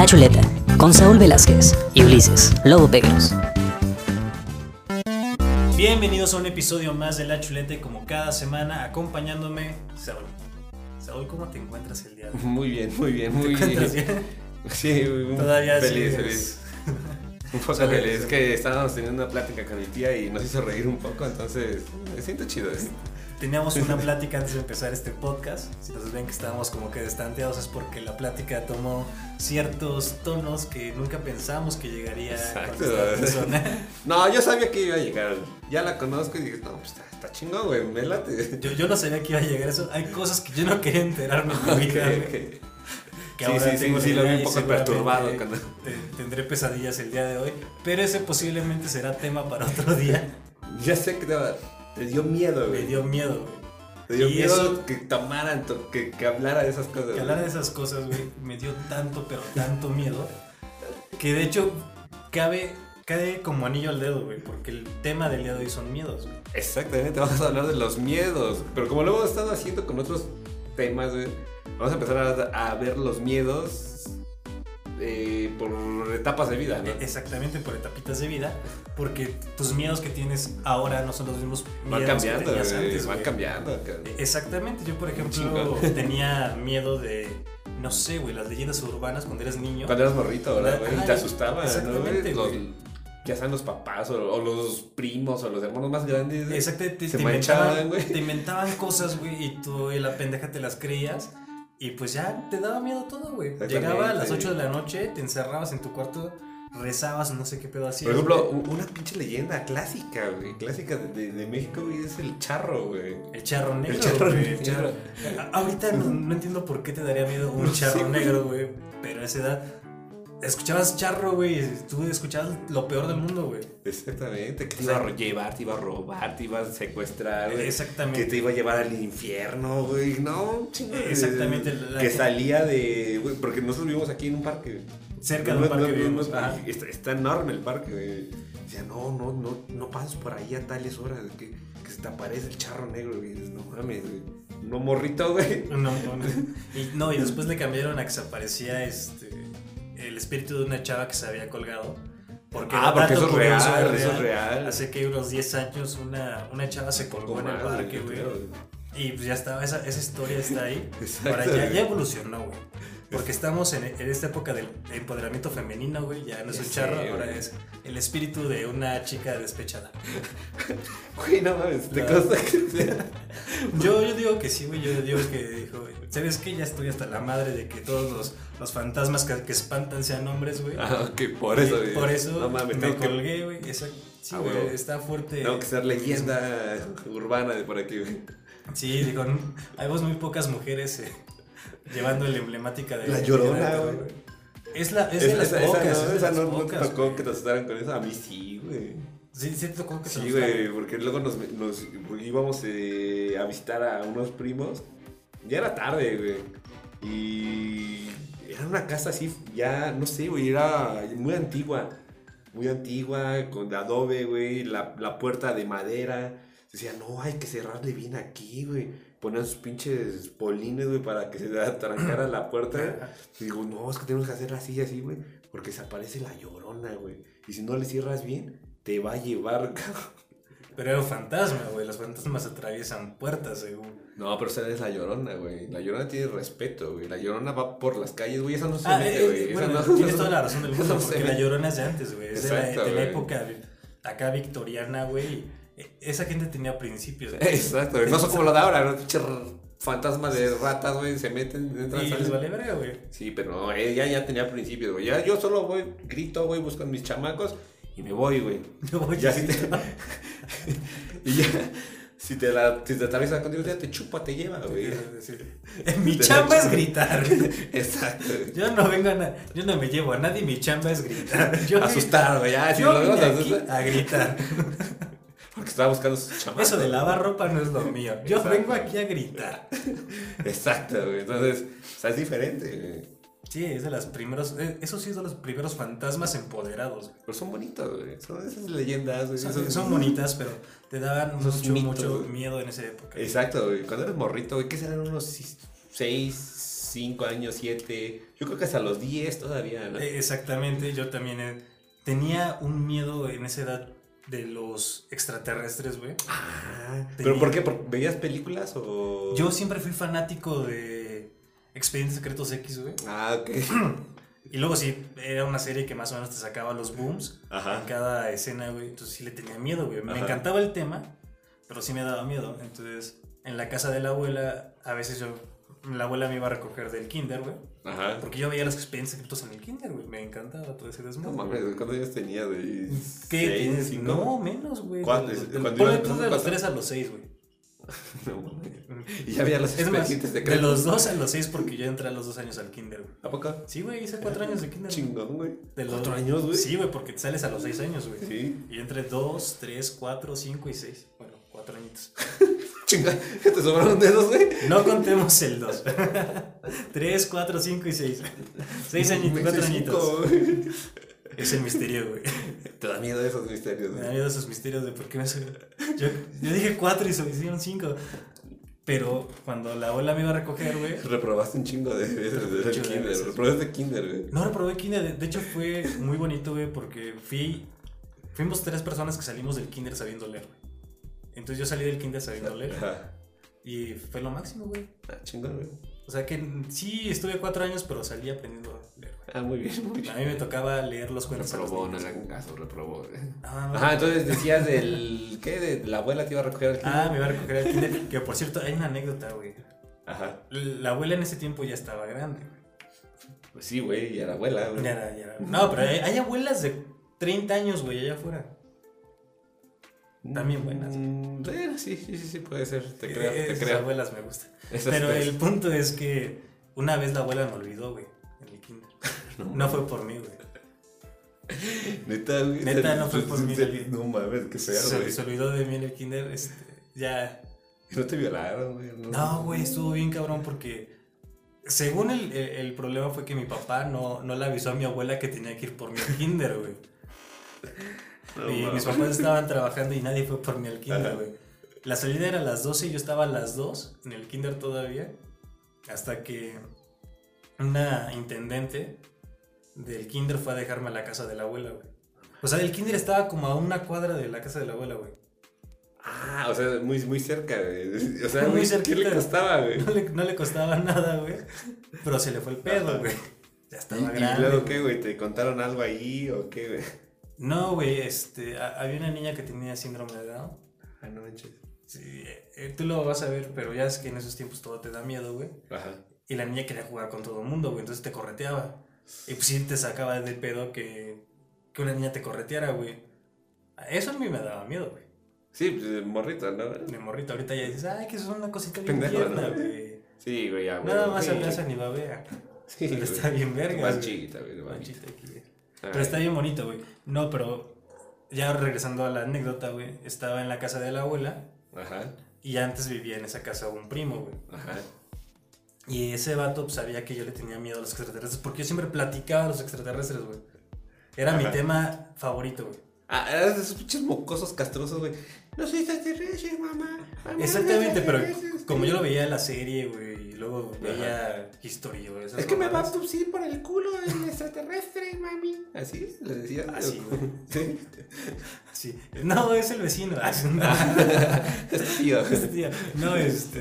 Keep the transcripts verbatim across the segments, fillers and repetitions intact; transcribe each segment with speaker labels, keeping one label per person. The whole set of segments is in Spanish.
Speaker 1: Chuleta, con Saúl Velázquez y Ulises Lobo Pegueros.
Speaker 2: Bienvenidos a un episodio más de La Chuleta y como cada semana acompañándome Saúl. Saúl, ¿cómo te encuentras el día de hoy?
Speaker 3: Muy bien, muy bien, muy
Speaker 2: ¿Te
Speaker 3: bien.
Speaker 2: encuentras bien?
Speaker 3: Sí, muy
Speaker 2: Todavía
Speaker 3: feliz,
Speaker 2: sigues.
Speaker 3: feliz. Un poco feliz, es que estábamos teniendo una plática con mi tía y nos hizo reír un poco, entonces me siento chido esto.
Speaker 2: Teníamos una plática antes de empezar este podcast. Si nos ven que estábamos como que distanteados es porque la plática tomó ciertos tonos que nunca pensamos que llegaría
Speaker 3: Exacto.
Speaker 2: con esta persona.
Speaker 3: No, yo sabía que iba a llegar, ya la conozco y dije, no, pues está, está chingón, güey, me late.
Speaker 2: Yo, yo no sabía que iba a llegar eso. Hay cosas que yo no quería enterarme en mi vida.
Speaker 3: Okay,
Speaker 2: güey.
Speaker 3: okay.
Speaker 2: Que
Speaker 3: Sí,
Speaker 2: ahora
Speaker 3: sí, sí,
Speaker 2: tengo
Speaker 3: sí,
Speaker 2: la
Speaker 3: lo vi
Speaker 2: idea
Speaker 3: un
Speaker 2: y
Speaker 3: poco
Speaker 2: seguramente
Speaker 3: perturbado cuando-
Speaker 2: te- Tendré pesadillas el día de hoy, pero ese posiblemente será tema para otro día.
Speaker 3: Ya sé que te, te dio miedo,
Speaker 2: Me
Speaker 3: güey.
Speaker 2: dio miedo, güey.
Speaker 3: Te dio
Speaker 2: y
Speaker 3: miedo
Speaker 2: eso-
Speaker 3: que tomaran, to- que, que hablara de esas cosas.
Speaker 2: Que hablar de esas cosas, güey, me dio tanto, pero tanto miedo, que de hecho cabe, cae como anillo al dedo, güey, porque el tema del día de hoy son miedos, güey.
Speaker 3: Exactamente, vamos a hablar de los miedos. Pero como lo hemos estado haciendo con otros temas, güey, vamos a empezar a, a ver los miedos eh, por etapas de vida, ¿no?
Speaker 2: Exactamente, por etapitas de vida, porque tus miedos que tienes ahora no son los mismos
Speaker 3: Van
Speaker 2: miedos
Speaker 3: cambiando,
Speaker 2: que tenías
Speaker 3: güey,
Speaker 2: antes,
Speaker 3: van
Speaker 2: güey.
Speaker 3: cambiando. cabrón.
Speaker 2: Exactamente, yo por ejemplo
Speaker 3: chingón.
Speaker 2: tenía miedo de, no sé, güey, las leyendas urbanas cuando eres niño.
Speaker 3: Cuando eras morrito, ¿verdad, güey?
Speaker 2: Ajá,
Speaker 3: Y te asustaban, ¿no,
Speaker 2: exactamente,
Speaker 3: güey? Los-
Speaker 2: güey.
Speaker 3: Ya sean los papás o, o los primos o los hermanos más grandes. güey.
Speaker 2: Exactamente, te,
Speaker 3: Se
Speaker 2: te
Speaker 3: manchaban,
Speaker 2: inventaban,
Speaker 3: güey.
Speaker 2: te inventaban cosas, güey, y tú y la pendeja te las creías. Y pues ya te daba miedo todo, güey.
Speaker 3: Exactamente.
Speaker 2: Llegaba a las ocho de la noche, te encerrabas en tu cuarto, rezabas, no sé qué pedo hacías.
Speaker 3: Por ejemplo,
Speaker 2: güey.
Speaker 3: u- una pinche leyenda clásica, güey. Clásica de, de, de México, güey, es el charro, güey.
Speaker 2: El charro negro.
Speaker 3: El charro
Speaker 2: güey,
Speaker 3: negro.
Speaker 2: el charro. A- Ahorita no, no entiendo por qué te daría miedo un charro
Speaker 3: Sí, güey.
Speaker 2: negro, güey. Pero a esa edad escuchabas charro, güey. Y tú escuchabas lo peor del mundo, güey.
Speaker 3: Exactamente, que te iba a llevar, te iba a robar, te iba a secuestrar, güey.
Speaker 2: Exactamente.
Speaker 3: Que te iba a llevar al infierno, güey. No, chingón.
Speaker 2: Exactamente, la
Speaker 3: Que
Speaker 2: gente-
Speaker 3: salía de. Güey, porque nosotros vivimos aquí en un parque.
Speaker 2: Cerca de un parque vivimos,
Speaker 3: no,
Speaker 2: ajá.
Speaker 3: está, está enorme el parque, güey. Decía, no, no, no, no pases por ahí a tales horas. Que, que se te aparece el charro negro, güey. Dices, no mames, güey. No morrito, güey.
Speaker 2: No, no, no. Y, no, y después le cambiaron a que se aparecía este, el espíritu de una chava que se había colgado. Porque
Speaker 3: Ah, porque
Speaker 2: dato
Speaker 3: eso es
Speaker 2: curioso,
Speaker 3: real, eso es real.
Speaker 2: Hace que unos diez años una, una chava se colgó en el
Speaker 3: Más,
Speaker 2: parque,
Speaker 3: yo
Speaker 2: güey.
Speaker 3: creo.
Speaker 2: Y pues ya estaba, esa, esa historia está ahí.
Speaker 3: Exacto,
Speaker 2: Ahora ya,
Speaker 3: güey.
Speaker 2: ya evolucionó, güey. Porque estamos en, en esta época del empoderamiento femenino, güey. Ya no es
Speaker 3: Ya
Speaker 2: un
Speaker 3: sé,
Speaker 2: charro,
Speaker 3: güey.
Speaker 2: ahora es el espíritu de una chica despechada.
Speaker 3: Güey, no mames, te
Speaker 2: No.
Speaker 3: consta que sea.
Speaker 2: Yo, yo digo que sí, güey. Yo digo que dijo, güey, ¿sabes qué? Ya estoy hasta la madre de que todos los, los fantasmas que, que espantan sean hombres, güey.
Speaker 3: Ah, ok, por eso,
Speaker 2: Y
Speaker 3: güey.
Speaker 2: por eso
Speaker 3: No mames,
Speaker 2: me
Speaker 3: tengo que-
Speaker 2: colgué, güey. Exacto. Sí,
Speaker 3: Ah,
Speaker 2: güey,
Speaker 3: huevo.
Speaker 2: está fuerte.
Speaker 3: Tengo que ser leyenda urbana de por aquí, güey.
Speaker 2: Sí, digo, no, hay muy pocas mujeres eh, llevando la emblemática de
Speaker 3: La Llorona,
Speaker 2: de-
Speaker 3: güey.
Speaker 2: Es, la, es de las
Speaker 3: esa,
Speaker 2: pocas.
Speaker 3: esa
Speaker 2: es
Speaker 3: no,
Speaker 2: de
Speaker 3: esa
Speaker 2: las
Speaker 3: no, no te
Speaker 2: pocas,
Speaker 3: tocó
Speaker 2: güey.
Speaker 3: que te asustaran con eso. A mí sí, güey.
Speaker 2: Sí, sí te tocó que te
Speaker 3: Sí,
Speaker 2: asustaran.
Speaker 3: güey, porque luego nos, nos íbamos eh, a visitar a unos primos. Ya era tarde, güey. Y era una casa así, ya, no sé, güey, era muy antigua. Muy antigua, con de adobe, güey, la, la puerta de madera. Decía, no, hay que cerrarle bien aquí, güey. Ponían sus pinches polines, güey, para que se atrancara la puerta. Y digo, no, es que tenemos que hacerla así, así, güey. Porque se aparece la Llorona, güey. Y si no le cierras bien, te va a llevar, cabrón.
Speaker 2: Pero era un fantasma, güey. Los fantasmas atraviesan puertas, según.
Speaker 3: No, pero esa es la Llorona, güey. La Llorona tiene respeto, güey. La Llorona va por las calles, güey. Esa no se
Speaker 2: Ah,
Speaker 3: mete,
Speaker 2: eh,
Speaker 3: güey.
Speaker 2: eh,
Speaker 3: Esa
Speaker 2: bueno,
Speaker 3: no-
Speaker 2: tienes toda la razón del mundo,
Speaker 3: no se
Speaker 2: porque la
Speaker 3: mete.
Speaker 2: Llorona es de antes, güey. Es de la,
Speaker 3: Exacto,
Speaker 2: de la
Speaker 3: güey.
Speaker 2: época acá victoriana, güey. Esa gente tenía principios. güey.
Speaker 3: Exacto, güey. No son como lo de ahora, ¿no? Pinche fantasmas de ratas, güey. Se meten, entran,
Speaker 2: Y les
Speaker 3: salen.
Speaker 2: vale verga, güey.
Speaker 3: Sí, pero no, ella ya tenía principios, güey. Ya yo solo voy, grito, güey, busco a mis chamacos y me voy, güey.
Speaker 2: Yo voy
Speaker 3: Ya
Speaker 2: a
Speaker 3: si te... y ya, si te la, si te atraviesa contigo, ya te chupa, te lleva, güey.
Speaker 2: Mi chamba es gritar.
Speaker 3: Exacto, güey.
Speaker 2: Yo no vengo a na- yo no me llevo a nadie, mi chamba es gritar. Yo
Speaker 3: Asustar, güey, ya, si
Speaker 2: yo
Speaker 3: lo vemos
Speaker 2: vine aquí
Speaker 3: asustar.
Speaker 2: a gritar.
Speaker 3: Porque estaba buscando sus chamacos.
Speaker 2: Eso de lavar ropa no es lo mío. Yo
Speaker 3: Exacto.
Speaker 2: vengo aquí a gritar.
Speaker 3: Exacto, güey. Entonces, o sea, es diferente, güey.
Speaker 2: Sí, es de los primeros. eh, Eso sí es de los primeros fantasmas empoderados, güey.
Speaker 3: Pero son bonitos, güey. Son esas leyendas, güey.
Speaker 2: Son,
Speaker 3: Esos-
Speaker 2: son bonitas, pero te daban
Speaker 3: Esos
Speaker 2: mucho,
Speaker 3: mitos,
Speaker 2: mucho
Speaker 3: güey.
Speaker 2: miedo en esa época.
Speaker 3: Exacto, güey. Cuando eres morrito, güey, ¿qué serán unos seis, cinco años, siete, yo creo que hasta los diez todavía, ¿no?
Speaker 2: Eh, Exactamente, yo también eh, tenía un miedo en esa edad de los extraterrestres, güey.
Speaker 3: Ah,
Speaker 2: Tenía-
Speaker 3: ¿pero por qué? ¿Por- ¿Veías películas o...?
Speaker 2: Yo siempre fui fanático de Expedientes Secretos X, güey.
Speaker 3: Ah, ok.
Speaker 2: Y luego sí, era una serie que más o menos te sacaba los booms
Speaker 3: Ajá.
Speaker 2: en cada escena, güey. Entonces sí le tenía miedo, güey. Me
Speaker 3: Ajá.
Speaker 2: encantaba el tema, pero sí me daba miedo. Entonces, en la casa de la abuela, a veces yo... La abuela me iba a recoger del kinder, güey.
Speaker 3: Ajá.
Speaker 2: Porque yo veía los expedientes secretos en el kinder, güey. Me encantaba todo ese
Speaker 3: No
Speaker 2: desmadre.
Speaker 3: mames, ¿cuántos años tenía, güey?
Speaker 2: ¿Qué?
Speaker 3: ¿Seis,
Speaker 2: ¿Tienes?
Speaker 3: cinco?
Speaker 2: No, menos, güey.
Speaker 3: ¿Cuándo?
Speaker 2: Del- del-
Speaker 3: ¿Cuándo
Speaker 2: ponle
Speaker 3: ibas
Speaker 2: tú
Speaker 3: empezando?
Speaker 2: de los
Speaker 3: ¿Cuánto?
Speaker 2: tres a los seis, güey.
Speaker 3: No mames. Y ya había los
Speaker 2: Es más,
Speaker 3: expedientes
Speaker 2: de
Speaker 3: secretos.
Speaker 2: los dos a los seis porque yo entré a los dos años al kinder, güey.
Speaker 3: ¿A poco?
Speaker 2: Sí, güey, hice cuatro años de kinder. güey.
Speaker 3: Chingón, güey.
Speaker 2: De los-
Speaker 3: ¿Cuatro años, güey?
Speaker 2: Sí, güey, porque te sales a los seis años, güey.
Speaker 3: Sí.
Speaker 2: Y yo entré dos, tres, cuatro, cinco y seis. Bueno, cuatro añitos.
Speaker 3: Chinga, ¿te sobraron dedos, güey?
Speaker 2: No contemos el dos. tres, cuatro, cinco y seis. seis añitos, cuatro añitos.
Speaker 3: Cinco, güey.
Speaker 2: Es el misterio, güey.
Speaker 3: Te da miedo esos misterios,
Speaker 2: Me da
Speaker 3: güey.
Speaker 2: miedo esos misterios de por qué me... Yo, yo dije cuatro y se me hicieron cinco. Pero cuando la abuela me iba a recoger, güey...
Speaker 3: Reprobaste un chingo de veces desde el
Speaker 2: Chingo de
Speaker 3: kinder.
Speaker 2: veces.
Speaker 3: Reprobaste kinder, güey.
Speaker 2: No reprobé kinder. De- De hecho, fue muy bonito, güey, porque fui... Fuimos tres personas que salimos del kinder sabiendo leer, güey. Entonces yo salí del kinder sabiendo leer.
Speaker 3: Ajá.
Speaker 2: Y fue lo máximo, güey.
Speaker 3: Ah, chingón, güey.
Speaker 2: O sea que sí estuve cuatro años, pero salí aprendiendo a leer, güey.
Speaker 3: Ah, muy bien, muy bien.
Speaker 2: A mí me tocaba leer los cuentos. a los
Speaker 3: Reprobó, no
Speaker 2: niños.
Speaker 3: le hagan caso, reprobó. güey.
Speaker 2: Ah, no.
Speaker 3: Ajá, entonces decías del... ¿Qué? De la abuela te iba a recoger al kinder.
Speaker 2: Ah, me iba a recoger al kinder. Que por cierto, hay una anécdota, güey.
Speaker 3: Ajá.
Speaker 2: La abuela en ese tiempo ya estaba grande, güey.
Speaker 3: Pues sí, güey, y era abuela, güey.
Speaker 2: Ya era, ya era. No, pero hay, hay abuelas de treinta años, güey, allá afuera. También buenas.
Speaker 3: Mm, bueno, sí, sí, sí, sí, puede ser. Te creo,
Speaker 2: Eh,
Speaker 3: te
Speaker 2: esas
Speaker 3: creo.
Speaker 2: abuelas me gustan.
Speaker 3: Esas
Speaker 2: Pero
Speaker 3: tres.
Speaker 2: el punto es que una vez la abuela me olvidó, güey, en el kinder. No fue por mí, güey.
Speaker 3: Neta, güey.
Speaker 2: Neta,
Speaker 3: se-
Speaker 2: no fue
Speaker 3: se-
Speaker 2: por
Speaker 3: se-
Speaker 2: mí,
Speaker 3: se-
Speaker 2: güey.
Speaker 3: No mames, qué feo,
Speaker 2: Se,
Speaker 3: güey.
Speaker 2: se olvidó de mí en el kinder, este, ya...
Speaker 3: Y no te violaron, güey.
Speaker 2: No, güey, estuvo bien cabrón porque... Según el, el, el problema fue que mi papá no, no le avisó a mi abuela que tenía que ir por mí al kinder, güey.
Speaker 3: No
Speaker 2: Y
Speaker 3: mames.
Speaker 2: mis papás estaban trabajando y nadie fue por mí al kinder,
Speaker 3: Ajá.
Speaker 2: güey. La salida era a las doce y yo estaba a las dos en el kinder todavía. Hasta que una intendente del kinder fue a dejarme a la casa de la abuela, güey. O sea, el kinder estaba como a una cuadra de la casa de la abuela, güey.
Speaker 3: Ah, o sea, muy, muy cerca, güey. O sea,
Speaker 2: Muy
Speaker 3: güey, ¿qué
Speaker 2: cerquita.
Speaker 3: le costaba, güey?
Speaker 2: No le, no le costaba nada, güey. Pero se le fue el pedo,
Speaker 3: Ajá.
Speaker 2: güey. Ya
Speaker 3: ¿Y,
Speaker 2: estaba
Speaker 3: y
Speaker 2: grande.
Speaker 3: luego qué, güey? ¿Te contaron algo ahí o qué, güey?
Speaker 2: No, güey, este, a- había una niña que tenía síndrome de Down.
Speaker 3: Ah, no manches.
Speaker 2: Sí, eh, eh, tú lo vas a ver, pero ya es que en esos tiempos todo te da miedo, güey.
Speaker 3: Ajá.
Speaker 2: Y la niña quería jugar con todo el mundo, güey, entonces te correteaba. Y pues sí te sacaba de pedo que, que una niña te correteara, güey. Eso a mí me daba miedo, güey.
Speaker 3: Sí, pues morrito, ¿no?
Speaker 2: De morrito, ahorita ya dices, ay, que eso es una cosita bien
Speaker 3: Pendejo,
Speaker 2: tierna,
Speaker 3: ¿no?
Speaker 2: güey.
Speaker 3: Sí, güey, ya, güey.
Speaker 2: Nada más
Speaker 3: sí.
Speaker 2: abraza ni babea.
Speaker 3: Sí,
Speaker 2: Pero
Speaker 3: güey.
Speaker 2: está bien verga.
Speaker 3: Más
Speaker 2: güey.
Speaker 3: chiquita, güey. más
Speaker 2: Manchita
Speaker 3: chiquita.
Speaker 2: aquí, güey.
Speaker 3: Ah,
Speaker 2: Pero está bien bonito, güey. No, pero ya regresando a la anécdota, güey, estaba en la casa de la abuela
Speaker 3: Ajá,
Speaker 2: y antes vivía en esa casa un primo, güey.
Speaker 3: ajá.
Speaker 2: Y ese vato pues, sabía que yo le tenía miedo a los extraterrestres porque yo siempre platicaba a los extraterrestres, güey. Era mi
Speaker 3: Ajá.
Speaker 2: tema favorito, güey.
Speaker 3: Ah, eras de esos pinches mocosos castrosos, güey. No soy extraterrestre, mamá. Mamá,
Speaker 2: Exactamente,
Speaker 3: no
Speaker 2: pero
Speaker 3: extraterrestres.
Speaker 2: como yo lo veía en la serie, güey, y luego
Speaker 3: Ajá.
Speaker 2: veía History, güey. esas
Speaker 3: Es que me va a
Speaker 2: mamadas.
Speaker 3: toser por el culo el extraterrestre, mami. ¿Así? ¿Le decía?
Speaker 2: Así, güey.
Speaker 3: Sí.
Speaker 2: Sí. No, es el vecino. Ah,
Speaker 3: Es tío.
Speaker 2: Este tío. No, este.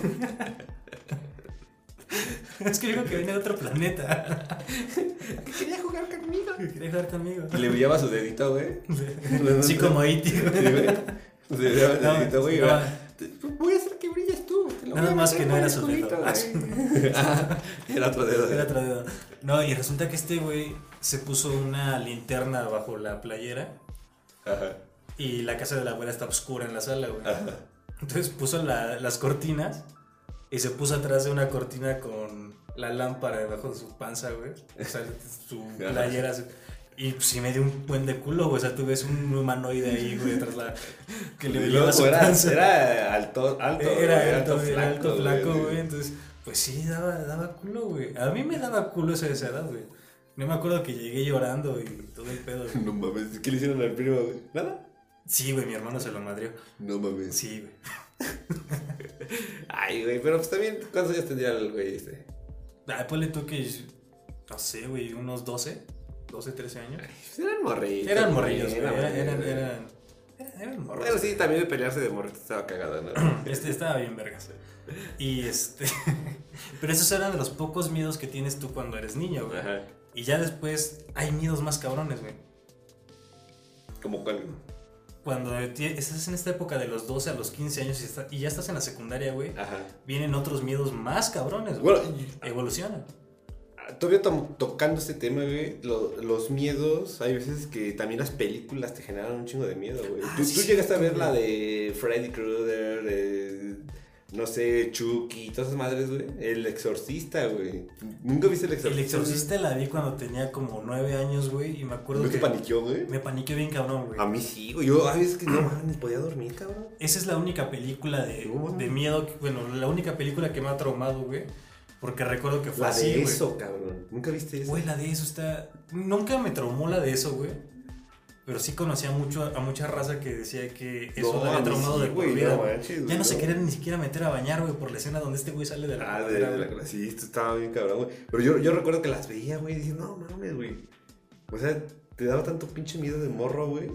Speaker 2: Es que digo que viene de otro planeta.
Speaker 3: Quería jugar conmigo.
Speaker 2: Quería jugar conmigo.
Speaker 3: Y le brillaba su dedito, güey.
Speaker 2: Sí, como E T,
Speaker 3: Sí,
Speaker 2: güey.
Speaker 3: güey. Le brillaba su
Speaker 2: No,
Speaker 3: dedito, güey. y
Speaker 2: no.
Speaker 3: va, voy a hacer que brilles tú. Te lo
Speaker 2: Nada
Speaker 3: voy a
Speaker 2: más
Speaker 3: meter
Speaker 2: que no
Speaker 3: por
Speaker 2: era
Speaker 3: el
Speaker 2: su
Speaker 3: culito,
Speaker 2: dedo.
Speaker 3: güey. Ah, era otro dedo.
Speaker 2: Era otro dedo. No, y resulta que este güey se puso una linterna bajo la playera
Speaker 3: Ajá.
Speaker 2: y la casa de la abuela está oscura en la sala, güey.
Speaker 3: Ajá.
Speaker 2: Entonces puso la- las cortinas y se puso atrás de una cortina con la lámpara debajo de su panza, güey. O sea, su playera. así. Y pues sí me dio un buen de culo, güey. O sea, tú ves un humanoide ahí, güey, tras la. Que le
Speaker 3: Y
Speaker 2: lleva
Speaker 3: luego
Speaker 2: su
Speaker 3: era,
Speaker 2: panza.
Speaker 3: era alto, alto.
Speaker 2: Era
Speaker 3: güey,
Speaker 2: alto, era alto, flaco,
Speaker 3: güey.
Speaker 2: güey. Entonces, pues sí, daba, daba culo, güey. A mí me daba culo esa, esa edad, güey. Yo me acuerdo que llegué llorando y todo el pedo, güey.
Speaker 3: No mames, ¿qué le hicieron al primo, güey? ¿Nada?
Speaker 2: Sí, güey, mi hermano se lo madrió.
Speaker 3: No mames.
Speaker 2: Sí, güey.
Speaker 3: Ay, güey, pero pues también, ¿cuántos años tendría el güey este?
Speaker 2: Ay, ponle tú que, no sé, güey, unos doce, doce, trece años.
Speaker 3: Ay, eran morrillos.
Speaker 2: Eran morrillos, güey.
Speaker 3: eran,
Speaker 2: Eran, eran,
Speaker 3: güey.
Speaker 2: eran, eran morros.
Speaker 3: Bueno, sí, también de pelearse de morrito estaba cagado, ¿no?
Speaker 2: Este estaba bien vergas. Y este. Pero esos eran de los pocos miedos que tienes tú cuando eres niño, güey.
Speaker 3: Ajá.
Speaker 2: Y ya después hay miedos más cabrones, güey.
Speaker 3: ¿Cómo cuál?
Speaker 2: Cuando ti- estás en esta época de los doce a los quince años y, está- y ya estás en la secundaria, güey,
Speaker 3: Ajá.
Speaker 2: vienen otros miedos más cabrones, güey.
Speaker 3: Bueno,
Speaker 2: Evolucionan.
Speaker 3: todavía to- tocando este tema, güey, lo- los miedos, hay veces que también las películas te generan un chingo de miedo, güey.
Speaker 2: Ah,
Speaker 3: ¿Tú,
Speaker 2: sí,
Speaker 3: tú llegaste a ver
Speaker 2: güey.
Speaker 3: la de Freddy Krueger, de, no sé, Chucky, todas esas madres, güey? El Exorcista, güey. ¿Nunca viste El Exorcista?
Speaker 2: El Exorcista la vi cuando tenía como nueve años, güey, y me acuerdo
Speaker 3: ¿No te
Speaker 2: que
Speaker 3: paniqueó, güey?
Speaker 2: me paniqué bien cabrón, güey.
Speaker 3: A mí sí, güey. Yo a veces que no, man, ni podía dormir, cabrón.
Speaker 2: Esa es la única película de,
Speaker 3: No, mames.
Speaker 2: de miedo, que- bueno, la única película que me ha traumado, güey, porque recuerdo que fue
Speaker 3: La
Speaker 2: así,
Speaker 3: de
Speaker 2: güey.
Speaker 3: eso, cabrón. ¿Nunca viste eso?
Speaker 2: Güey, la de eso está... Nunca me traumó la de eso, güey. Pero sí conocía mucho a mucha raza que decía que eso
Speaker 3: No,
Speaker 2: la
Speaker 3: a
Speaker 2: había
Speaker 3: mí
Speaker 2: traumado
Speaker 3: sí,
Speaker 2: de por
Speaker 3: güey,
Speaker 2: vida.
Speaker 3: no
Speaker 2: güey.
Speaker 3: manches,
Speaker 2: Ya
Speaker 3: güey,
Speaker 2: no se
Speaker 3: no.
Speaker 2: querían ni siquiera meter a bañar, güey, por la escena donde este güey sale de la
Speaker 3: Ah, de,
Speaker 2: regadera,
Speaker 3: de
Speaker 2: güey.
Speaker 3: la sí, esto estaba bien cabrón, güey. Pero yo, yo recuerdo que las veía, güey, y dije, no mames, güey. O sea, te daba tanto pinche miedo de morro, güey,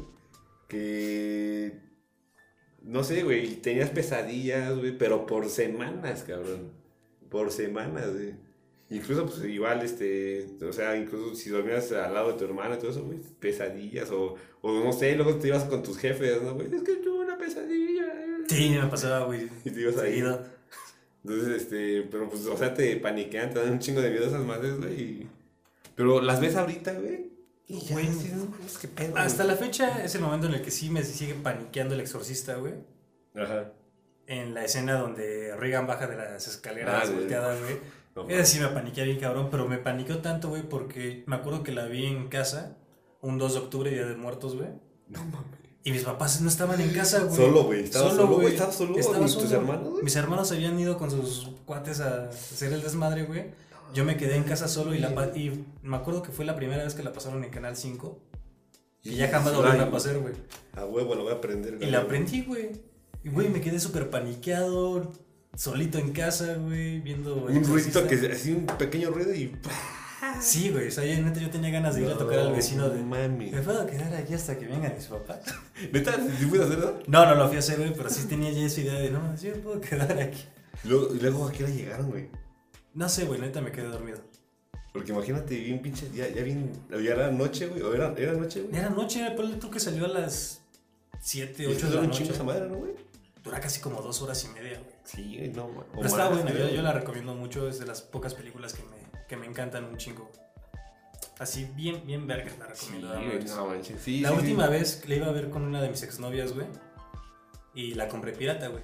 Speaker 3: que... No sé, güey, tenías pesadillas, güey, pero por semanas, cabrón. Por semanas, güey. Incluso, pues, igual, este... O sea, incluso si dormías al lado de tu hermana y todo eso, güey, pesadillas o... O no sé, luego te ibas con tus jefes, ¿no, güey? Es que tuve una pesadilla.
Speaker 2: Sí, me pasaba, güey.
Speaker 3: Y te ibas ahí.
Speaker 2: Seguido.
Speaker 3: Entonces, este, pero pues, o sea, te paniquean, te dan un chingo de miedo esas madres, güey. y- Pero las ves ahorita, güey. Y ya,
Speaker 2: Güey,
Speaker 3: así, no mames, qué pedo.
Speaker 2: Hasta
Speaker 3: güey.
Speaker 2: la fecha es el momento en el que sí me sigue paniqueando el exorcista, güey.
Speaker 3: Ajá.
Speaker 2: En la escena donde Regan baja de las escaleras
Speaker 3: Ah, güey.
Speaker 2: volteadas, güey.
Speaker 3: No,
Speaker 2: Esa sí me paniqué bien cabrón, pero me paniqueó tanto, güey, porque me acuerdo que la vi en casa un dos de octubre, Día de Muertos, güey.
Speaker 3: no mames.
Speaker 2: Y mis papás no estaban en casa, güey.
Speaker 3: Solo, güey. Estaba solo, güey. Estaba solo.
Speaker 2: Estaba
Speaker 3: ¿Ni tus
Speaker 2: solo.
Speaker 3: hermanos, güey?
Speaker 2: Mis hermanos habían ido con sus cuates a hacer el desmadre, güey. Yo me quedé en casa solo y, la pa- y me acuerdo que fue la primera vez que la pasaron en Canal cinco. Y ya jamás lo volvieron a pasar, güey.
Speaker 3: A huevo, lo voy a aprender,
Speaker 2: Y
Speaker 3: güey.
Speaker 2: la aprendí, güey. Y, güey, me quedé súper paniqueado, solito en casa, güey, viendo... El
Speaker 3: Un ruido
Speaker 2: Exorcista.
Speaker 3: que así un pequeño ruido y.
Speaker 2: Sí, güey, o sea, yo, neta, yo tenía ganas de ir a tocar al vecino de...
Speaker 3: No mames.
Speaker 2: ¿Me puedo quedar aquí hasta que vengan mis papás?
Speaker 3: ¿Neta? ¿Sí puedes hacer eso?
Speaker 2: No, no lo fui a hacer, güey, pero sí tenía ya esa idea de, no, sí me puedo quedar aquí.
Speaker 3: Luego, y luego, ¿a qué hora llegaron, güey?
Speaker 2: No sé, güey, neta me quedé dormido.
Speaker 3: Porque imagínate, bien pinche. Ya, ya bien. Ya era noche, güey. O era, era noche, güey.
Speaker 2: Era noche, ponle tú que salió a las siete, ocho de
Speaker 3: Era
Speaker 2: la
Speaker 3: un chingo
Speaker 2: noche.
Speaker 3: esa madre, ¿no, güey?
Speaker 2: Dura casi como dos horas y media, güey.
Speaker 3: Sí, güey, no, man.
Speaker 2: Pero está buena, yo, yo la recomiendo mucho, es de las pocas películas que me, que me encantan un chingo. Así, bien, bien vergas la
Speaker 3: Sí,
Speaker 2: recomiendo.
Speaker 3: güey,
Speaker 2: ¿no?
Speaker 3: no manches. Sí,
Speaker 2: La
Speaker 3: sí,
Speaker 2: última
Speaker 3: sí.
Speaker 2: vez la iba a ver con una de mis exnovias, güey. Y la compré pirata, güey.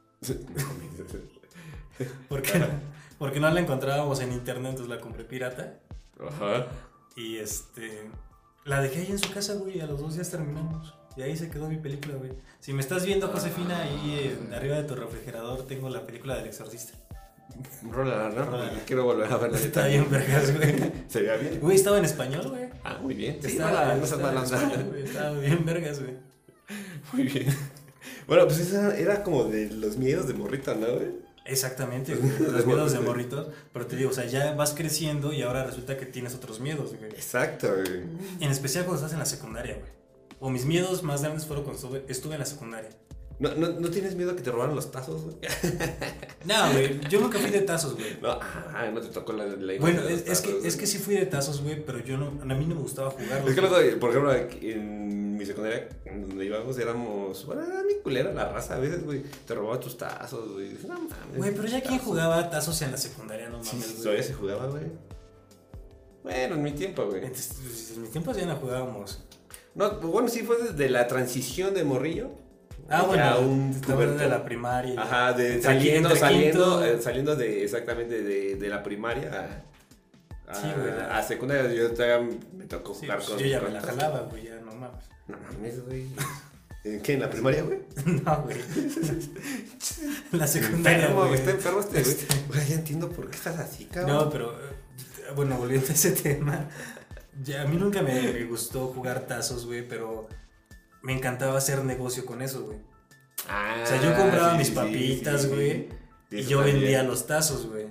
Speaker 2: Porque, no, porque no la encontrábamos en internet, entonces la compré pirata.
Speaker 3: Ajá.
Speaker 2: Y este. La dejé ahí en su casa, güey, y a los dos días terminamos. Y ahí se quedó mi película, güey. Si me estás viendo, Josefina, ahí eh, arriba de tu refrigerador tengo la película del Exorcista.
Speaker 3: Rola, ¿no?
Speaker 2: Rólala.
Speaker 3: Quiero volver a verla.
Speaker 2: Está bien, vergas, güey.
Speaker 3: Se veía bien.
Speaker 2: Güey, estaba en español, güey.
Speaker 3: Ah, muy bien. Sí,
Speaker 2: Estaba,
Speaker 3: mala, no seas
Speaker 2: estaba en
Speaker 3: mala onda.
Speaker 2: español, güey. Estaba bien, vergas, güey.
Speaker 3: Muy bien. Bueno, pues esa era como de los miedos de morrita, ¿no, güey?
Speaker 2: Exactamente, güey. Los miedos de morritos. Pero te digo, o sea, ya vas creciendo y ahora resulta que tienes otros miedos, güey.
Speaker 3: Exacto, güey.
Speaker 2: En especial cuando estás en la secundaria, güey. O mis miedos más grandes fueron cuando estuve, estuve en la secundaria.
Speaker 3: ¿No, no, ¿No tienes miedo que te robaran los tazos, güey?
Speaker 2: No, güey, yo nunca fui de tazos, güey.
Speaker 3: No, ah, no te tocó la, la
Speaker 2: Bueno,
Speaker 3: de los
Speaker 2: es, es que,
Speaker 3: tazos,
Speaker 2: es que sí fui de tazos, güey, pero yo no, a mí no me gustaba jugar.
Speaker 3: Es que luego, por ejemplo, aquí en mi secundaria, donde íbamos, éramos. Bueno, era mi culera la raza a veces, güey. Te robaba tus tazos, güey. No mames.
Speaker 2: Güey, pero ya quién
Speaker 3: tazos.
Speaker 2: jugaba tazos en la secundaria, no
Speaker 3: Sí,
Speaker 2: mames, güey.
Speaker 3: todavía se jugaba, güey. Bueno, en mi tiempo, güey.
Speaker 2: Entonces, pues, en mis tiempos ya no jugábamos.
Speaker 3: No, pues bueno, sí fue desde la transición de morrillo.
Speaker 2: Ah,
Speaker 3: Ya
Speaker 2: bueno,
Speaker 3: un
Speaker 2: estaba de
Speaker 3: puberto.
Speaker 2: la primaria.
Speaker 3: Ajá, de
Speaker 2: Entre
Speaker 3: saliendo,
Speaker 2: quinto-
Speaker 3: saliendo,
Speaker 2: quinto-
Speaker 3: eh, saliendo de exactamente de, de la primaria a, a,
Speaker 2: Sí, güey.
Speaker 3: a secundaria. Yo todavía me tocó
Speaker 2: Sí,
Speaker 3: jugar
Speaker 2: pues,
Speaker 3: con.
Speaker 2: yo ya
Speaker 3: con
Speaker 2: me la
Speaker 3: tazos.
Speaker 2: jalaba, güey, ya no mames.
Speaker 3: No mames, güey. ¿En qué? ¿En la primaria, güey?
Speaker 2: No, güey. La secundaria,
Speaker 3: Enfermo,
Speaker 2: güey.
Speaker 3: está enfermo este, güey.
Speaker 2: Este-
Speaker 3: Güey, ya entiendo por qué estás así, cabrón.
Speaker 2: No, pero eh, bueno, volviendo a ese tema, ya, a mí nunca me gustó jugar tazos, güey, pero me encantaba hacer negocio con eso, güey.
Speaker 3: Ah,
Speaker 2: O sea, yo compraba
Speaker 3: sí,
Speaker 2: mis
Speaker 3: sí,
Speaker 2: papitas,
Speaker 3: sí, sí.
Speaker 2: güey,
Speaker 3: Sí,
Speaker 2: y
Speaker 3: eso
Speaker 2: yo
Speaker 3: también.
Speaker 2: vendía los tazos, güey.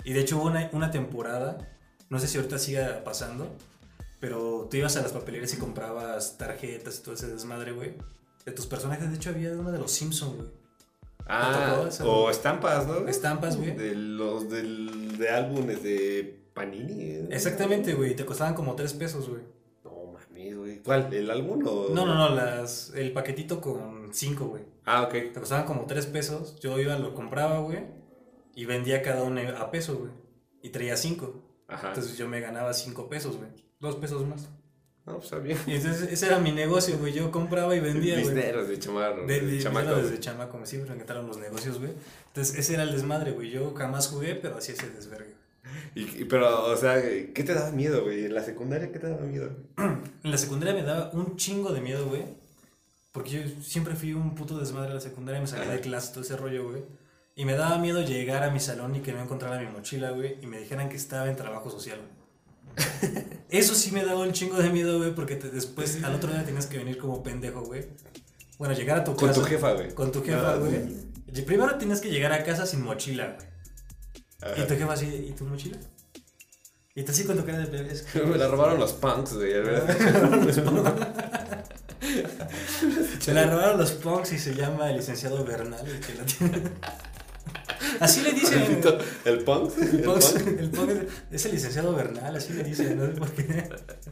Speaker 2: Y de hecho hubo una, una temporada, no sé si ahorita siga pasando, pero tú ibas a las papelerías y comprabas tarjetas y todo ese desmadre, güey. De tus personajes, de hecho había uno de los Simpsons, güey.
Speaker 3: Ah, o estampas, ¿no?
Speaker 2: Estampas, güey.
Speaker 3: De los del, de álbumes de Panini. ¿eh?
Speaker 2: Exactamente, güey. Te costaban como tres pesos, güey.
Speaker 3: No mames, güey. ¿Cuál? ¿El álbum o...?
Speaker 2: No, no, no. Las, el paquetito con cinco, güey.
Speaker 3: Ah, ok.
Speaker 2: Te costaban como tres pesos. Yo iba, lo compraba, güey. Y vendía cada uno a peso, güey. Y traía cinco.
Speaker 3: Ajá.
Speaker 2: Entonces yo me ganaba cinco pesos, güey. Dos pesos más.
Speaker 3: No, pues está bien.
Speaker 2: Y entonces ese era mi negocio, güey. Yo compraba y vendía, güey.
Speaker 3: Busineros de chamarro.
Speaker 2: De, de,
Speaker 3: de chamaco.
Speaker 2: Yo desde chamaco, me siempre me encantaron los negocios, güey. Entonces ese era el desmadre, güey. Yo jamás jugué, pero hacía ese desvergue.
Speaker 3: Y, y, pero, o sea, ¿qué te daba miedo, güey? ¿En la secundaria qué te daba miedo?
Speaker 2: En la secundaria me daba un chingo de miedo, güey. Porque yo siempre fui un puto desmadre en la secundaria. Me sacaba de clase, todo ese rollo, güey. Y me daba miedo llegar a mi salón y que no encontrara mi mochila, güey. Y me dijeran que estaba en trabajo social, güey. Eso sí me daba un chingo de miedo, güey, porque te, después al otro día tenías que venir como pendejo, güey. Bueno, llegar a tu
Speaker 3: casa. Con tu jefa, güey.
Speaker 2: Con tu jefa, güey. No, primero tienes que llegar a casa sin mochila, güey. Ajá. Y tu jefa así, ¿y tu mochila? Y tú así con tu cara de bebés.
Speaker 3: Me la robaron los punks, güey.
Speaker 2: Me la robaron los punks y se llama el licenciado Bernal, el que la tiene. Así le dicen.
Speaker 3: ¿El punk?
Speaker 2: El punk, el punk es el licenciado Bernal, así le dicen, no sé por qué.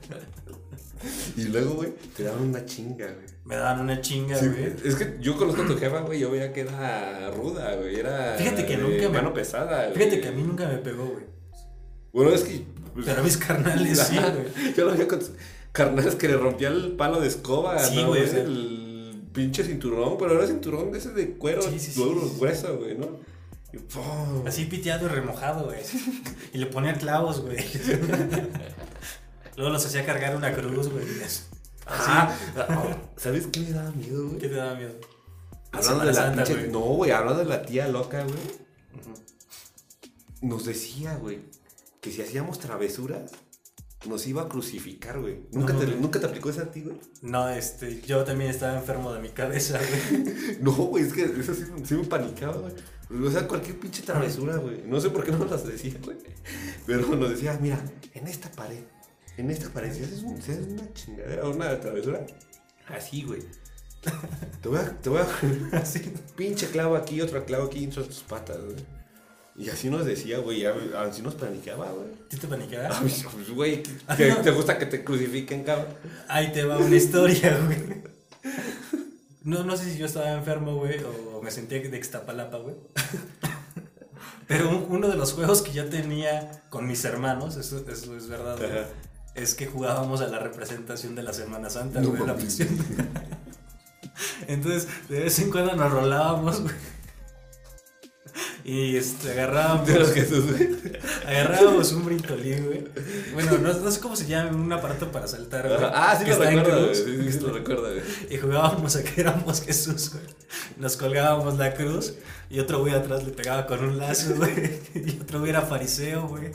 Speaker 3: Y luego, güey, te daban una chinga, güey.
Speaker 2: Me daban una chinga, güey.
Speaker 3: Sí, es que yo conozco a tu jefa, güey, yo veía que era ruda, güey. Era.
Speaker 2: Fíjate que nunca me.
Speaker 3: Mano pesada, güey.
Speaker 2: Fíjate que a mí nunca me pegó, güey.
Speaker 3: Bueno, es que.
Speaker 2: Pues, pero a mis carnales sí, güey.
Speaker 3: Yo lo veía con carnales que le rompía el palo de escoba,
Speaker 2: sí,
Speaker 3: ¿no?
Speaker 2: güey.
Speaker 3: El pinche cinturón, pero era cinturón de ese de cuero, sí, sí, duro, sí, grueso, güey, ¿no? Y, oh.
Speaker 2: Así piteado y remojado, güey. Y le ponía clavos, güey. Luego los hacía cargar una cruz, güey.
Speaker 3: Ah, ¿sabes qué me daba miedo, güey?
Speaker 2: ¿Qué te daba miedo?
Speaker 3: Hablando de la Santa, pinche, no, güey, hablando de la tía loca, güey. Uh-huh. Nos decía, güey, que si hacíamos travesuras, nos iba a crucificar, güey. ¿Nunca, no, te, ¿Nunca te aplicó esa a ti, güey?
Speaker 2: No, este, yo también estaba enfermo de mi cabeza, güey.
Speaker 3: No, güey, es que eso sí, sí me panicaba, güey. O sea, cualquier pinche travesura, güey. No sé por qué no nos las decía, güey. Pero nos decía, mira, en esta pared, en esta pared, si haces, un, si haces una chingadera o una travesura, así, güey. Te voy a, te voy a, así, pinche clavo aquí, otro clavo aquí entre tus patas, güey. Y así nos decía, güey, así nos paniqueaba, güey.
Speaker 2: ¿Sí te paniqueaba?
Speaker 3: Ah, pues, güey, ¿te, ¿te gusta que te crucifiquen, cabrón?
Speaker 2: Ahí te va una historia, güey. No, no sé si yo estaba enfermo, güey, o me sentía de Ixtapalapa, güey. Pero un, uno de los juegos que yo tenía con mis hermanos, eso, eso es verdad, güey, es que jugábamos a la representación de la Semana Santa, no, güey, la pasión. Entonces, de vez en cuando nos rolábamos, güey. Y este, agarrábamos.
Speaker 3: De los Jesús, güey.
Speaker 2: Agarrábamos un brintolín, güey. Bueno, no, no sé cómo se llama, un aparato para saltar, güey.
Speaker 3: Ah, sí lo recuerdo, güey. Sí, sí, sí lo recuerdo, güey.
Speaker 2: Y jugábamos a que éramos Jesús, güey. Nos colgábamos la cruz y otro güey atrás le pegaba con un lazo, güey. Y otro güey era fariseo, güey.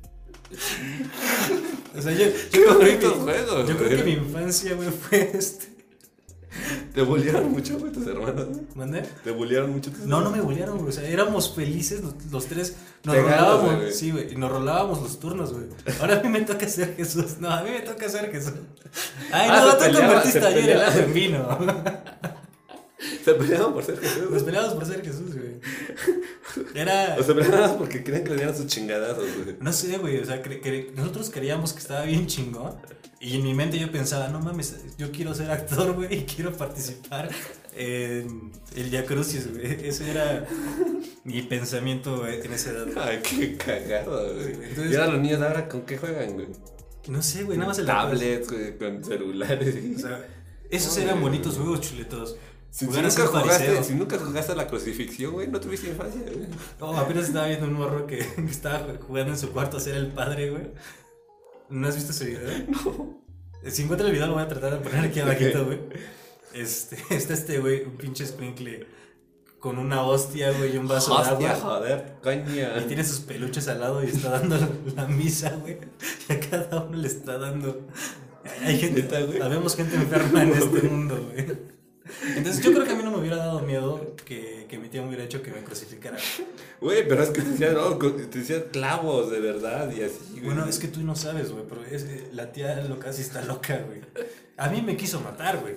Speaker 2: O sea, yo, yo, creo, que, juegos, yo creo que mi infancia, güey, fue este.
Speaker 3: ¿Te bullearon mucho, güey, tus hermanos?
Speaker 2: ¿Mandé?
Speaker 3: ¿Te bullearon mucho tus
Speaker 2: hermanos? No, no me bullearon, güey. O sea, éramos felices los, los tres. Nos rolábamos, güey. Sí, güey. Y nos rolábamos los turnos, güey. Ahora a mí me toca ser Jesús. No, a mí me toca ser Jesús. Ay, ah, no, tú convertiste ayer el agua en vino.
Speaker 3: Se peleaban por ser Jesús.
Speaker 2: Nos peleábamos por ser Jesús, güey. Era.
Speaker 3: O se peleaban porque querían que le dieran sus chingadazos, güey.
Speaker 2: No sé, güey. O sea, cre- cre- nosotros creíamos que estaba bien chingón. Y en mi mente yo pensaba, no mames, yo quiero ser actor, güey, y quiero participar en el Via Crucis, güey. Ese era mi pensamiento, güey, en esa edad.
Speaker 3: Ay, qué cagado, güey. Entonces, ¿y ahora los niños de ahora con qué juegan, güey?
Speaker 2: No sé, güey, nada más el
Speaker 3: tablets, güey, con celulares.
Speaker 2: O sea, esos eran bonitos juegos, chuletos.
Speaker 3: Si, si, nunca jugaste, si nunca jugaste a la crucifixión, güey, no tuviste infancia, güey.
Speaker 2: No, apenas estaba viendo un morro que, que estaba jugando en su cuarto a ser el padre, güey. ¿No has visto ese video?
Speaker 3: No.
Speaker 2: Si encuentro el video lo voy a tratar de poner aquí abajito, güey. Este, está este güey, un pinche sprinkle con una hostia, güey, y un vaso
Speaker 3: hostia,
Speaker 2: de agua.
Speaker 3: Joder, coño.
Speaker 2: Y tiene sus peluches al lado y está dando la misa, güey. Y a cada uno le está dando. Hay gente, ¿neta, güey? Sabemos gente enferma en este mundo, güey. Entonces yo creo que a mí no me hubiera dado miedo que, que mi tía me hubiera hecho que me crucificara.
Speaker 3: Güey, pero es que te decían, no, te decían clavos de verdad y así, güey.
Speaker 2: Bueno, es que tú no sabes, güey, pero es, la tía loca sí está loca, güey. A mí me quiso matar, güey.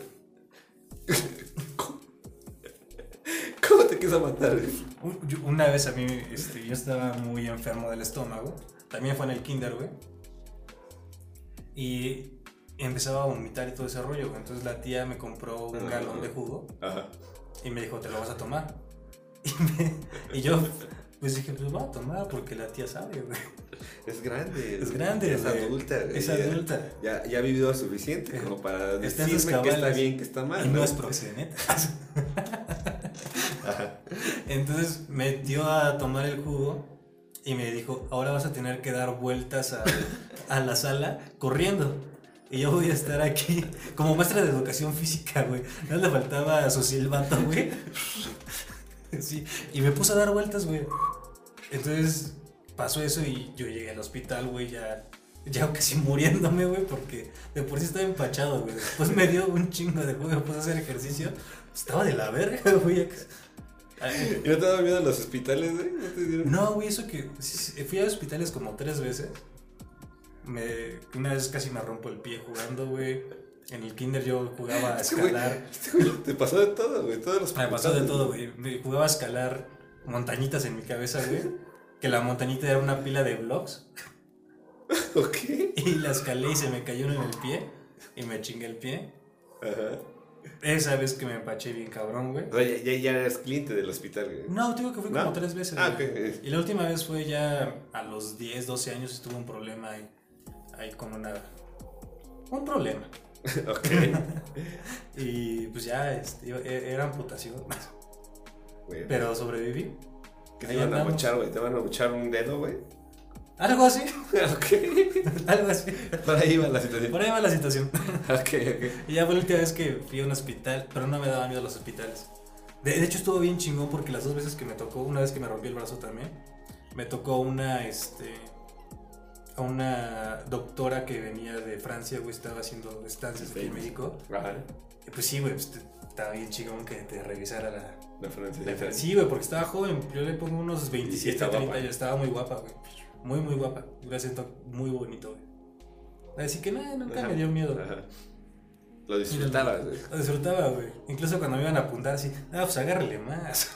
Speaker 3: ¿Cómo te quiso matar, güey?
Speaker 2: Una vez a mí, este, yo estaba muy enfermo del estómago. También fue en el kinder, güey. Y empezaba a vomitar y todo ese rollo, güey. Entonces la tía me compró un galón de jugo. Ajá. Y me dijo, ¿te lo vas a tomar? Y, me, y yo, pues dije, pues voy a tomar porque la tía sabe, güey.
Speaker 3: Es grande.
Speaker 2: Es grande,
Speaker 3: Es
Speaker 2: güey.
Speaker 3: adulta, güey.
Speaker 2: Es adulta.
Speaker 3: Ya, ya ha vivido suficiente como para
Speaker 2: Está
Speaker 3: decirme que está bien, que está mal.
Speaker 2: Y no, no es proxeneta. Entonces me dio a tomar el jugo y me dijo, ahora vas a tener que dar vueltas a, a la sala corriendo. Y yo voy a estar aquí como maestra de educación física, güey. No le faltaba su silbato, güey. Sí. Y me puse a dar vueltas, güey. Entonces pasó eso y yo llegué al hospital, güey, ya, ya casi muriéndome, güey, porque de por sí estaba empachado, güey. Después me dio un chingo de jugo, me puse a hacer ejercicio. Estaba de la verga, güey.
Speaker 3: ¿Y no te daba miedo a los hospitales, güey? ¿No te dieron?
Speaker 2: No, güey, eso que fui a hospitales como tres veces. Me, una vez casi me rompo el pie jugando, güey. En el kinder yo jugaba a escalar.
Speaker 3: Este güey, te pasó de todo, güey. Todos los
Speaker 2: me pasó de todo, güey. Me jugaba a escalar montañitas en mi cabeza, güey. Que la montañita era una pila de blocks.
Speaker 3: Ok.
Speaker 2: Y la escalé y se me cayó uno en el pie. Y me chingué el pie. Ajá. Esa vez que me empaché bien cabrón, güey.
Speaker 3: O sea, ya, ya, ya eres cliente del hospital, güey.
Speaker 2: No, te digo que fui
Speaker 3: ¿No?
Speaker 2: como tres veces.
Speaker 3: Ah,
Speaker 2: güey.
Speaker 3: ok.
Speaker 2: Y la última vez fue ya a los diez, doce años y tuve un problema ahí. Ahí con una... Un problema.
Speaker 3: Ok.
Speaker 2: Y pues ya, este, era amputación.
Speaker 3: Bueno.
Speaker 2: Pero sobreviví.
Speaker 3: ¿Qué te iban a mochar, güey? ¿Te van a mochar un dedo, güey?
Speaker 2: Algo así.
Speaker 3: Ok.
Speaker 2: Algo así.
Speaker 3: Por ahí va la situación.
Speaker 2: Por ahí va la situación.
Speaker 3: Ok, ok.
Speaker 2: Y ya fue la última vez que fui a un hospital, pero no me daba miedo los hospitales. De, de hecho estuvo bien chingón porque las dos veces que me tocó, una vez que me rompí el brazo también, me tocó una, este... a una doctora que venía de Francia, güey, estaba haciendo estancias aquí en México. Ajá. Y pues sí, güey, pues, estaba bien chingón que te revisara la...
Speaker 3: La Francia.
Speaker 2: La Francia. Sí, güey, porque estaba joven, yo le pongo unos veintisiete,
Speaker 3: sí,
Speaker 2: treinta años, estaba muy guapa, güey. Muy, muy guapa, un acento muy bonito, güey. Así que nada, nunca Ajá. me dio miedo. Ajá.
Speaker 3: Lo disfrutabas, güey.
Speaker 2: Lo disfrutaba, güey. Incluso cuando me iban a apuntar así, ah, pues agárrele más.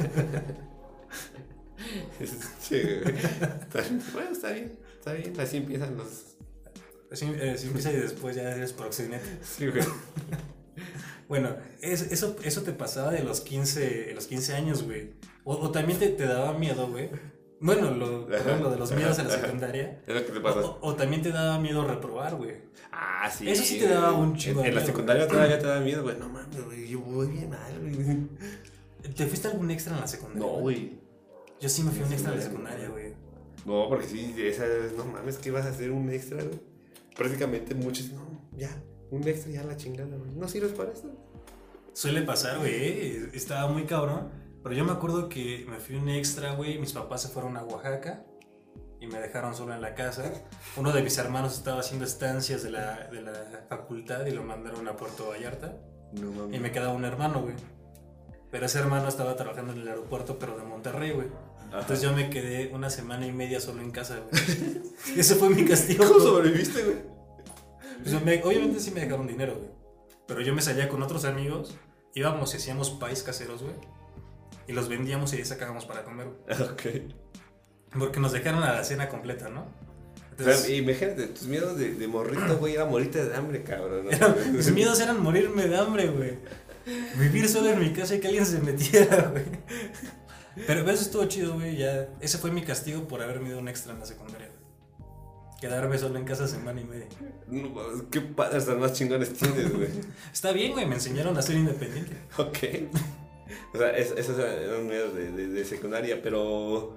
Speaker 3: Sí, güey. Bueno, está bien. Está bien, así empiezan los...
Speaker 2: Así, eh, así empieza y después ya eres proxeneta.
Speaker 3: Sí, güey.
Speaker 2: Bueno, es, eso, eso te pasaba de los quince, los quince años, güey. O, o también te, te daba miedo, güey. Bueno, lo, ajá, lo de los miedos en la secundaria.
Speaker 3: Es lo que te pasa.
Speaker 2: O, o también te daba miedo reprobar, güey.
Speaker 3: Ah, sí.
Speaker 2: Eso sí te daba un chingo
Speaker 3: en,
Speaker 2: de
Speaker 3: en
Speaker 2: miedo.
Speaker 3: la secundaria todavía te daba miedo, güey. No mames, güey, yo voy bien mal, güey.
Speaker 2: ¿Te fuiste algún extra en la secundaria?
Speaker 3: No, güey.
Speaker 2: Yo sí me fui un extra en la secundaria, güey.
Speaker 3: No, porque sí, esa es, no mames, ¿qué vas a hacer un extra, güey? Prácticamente muchos, no, ya, un extra ya la chingada, güey. ¿No sirves para esto?
Speaker 2: Suele pasar, güey, estaba muy cabrón. Pero yo me acuerdo que me fui un extra, güey, mis papás se fueron a Oaxaca y me dejaron solo en la casa. Uno de mis hermanos estaba haciendo estancias de la, de la facultad y lo mandaron a Puerto Vallarta.
Speaker 3: No mames.
Speaker 2: Y me quedaba un hermano, güey. Pero ese hermano estaba trabajando en el aeropuerto, pero de Monterrey, güey. Ajá. Entonces yo me quedé una semana y media solo en casa, güey. Ese fue mi castigo.
Speaker 3: ¿Cómo sobreviviste, güey?
Speaker 2: Pues me, obviamente sí me dejaron dinero, güey. Pero yo me salía con otros amigos, íbamos y hacíamos pais caseros, güey. Y los vendíamos y ahí sacábamos para comer, güey.
Speaker 3: Ok.
Speaker 2: Porque nos dejaron a la cena completa, ¿no?
Speaker 3: Entonces, pero, imagínate, tus miedos de, de morrito, güey, era morirte de hambre, cabrón. ¿No?
Speaker 2: Era, mis miedos eran morirme de hambre, güey. Vivir solo en mi casa y que alguien se metiera, güey. Pero eso estuvo chido, güey, ya. Ese fue mi castigo por haberme ido un extra en la secundaria. Quedarme solo en casa semana y media.
Speaker 3: No, qué padres tan más chingones tienes, güey.
Speaker 2: Está bien, güey, me enseñaron a ser independiente.
Speaker 3: Ok. O sea, esos eran miedos de, de, de secundaria, pero...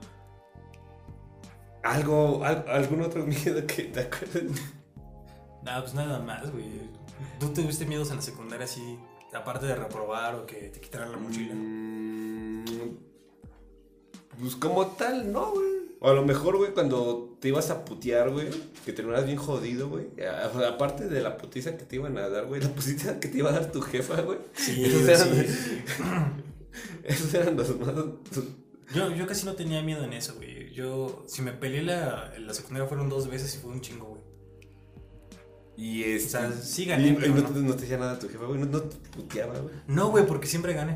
Speaker 3: ¿Algo, al, algún otro miedo que te acuerdas?
Speaker 2: No, pues nada más, güey. ¿Tú tuviste miedos en la secundaria así, aparte de reprobar o que te quitaran la mochila?
Speaker 3: Mm, pues como tal, no, güey. O a lo mejor, güey, cuando te ibas a putear, güey, que terminabas bien jodido, güey. a- Aparte de la putiza que te iban a dar, güey, la putiza que te iba a dar tu jefa, güey.
Speaker 2: Sí,
Speaker 3: Esos
Speaker 2: güey,
Speaker 3: eran,
Speaker 2: sí.
Speaker 3: esos eran los más...
Speaker 2: Yo, yo casi no tenía miedo en eso, güey. Yo, si me peleé la, en la secundaria fueron dos veces y fue un chingo, güey.
Speaker 3: Y este...
Speaker 2: O sea, sí
Speaker 3: y,
Speaker 2: gané,
Speaker 3: y
Speaker 2: pero
Speaker 3: no,
Speaker 2: no.
Speaker 3: te, no te decía nada tu jefa, güey, no, no te puteaba, güey.
Speaker 2: No, güey, porque siempre gané.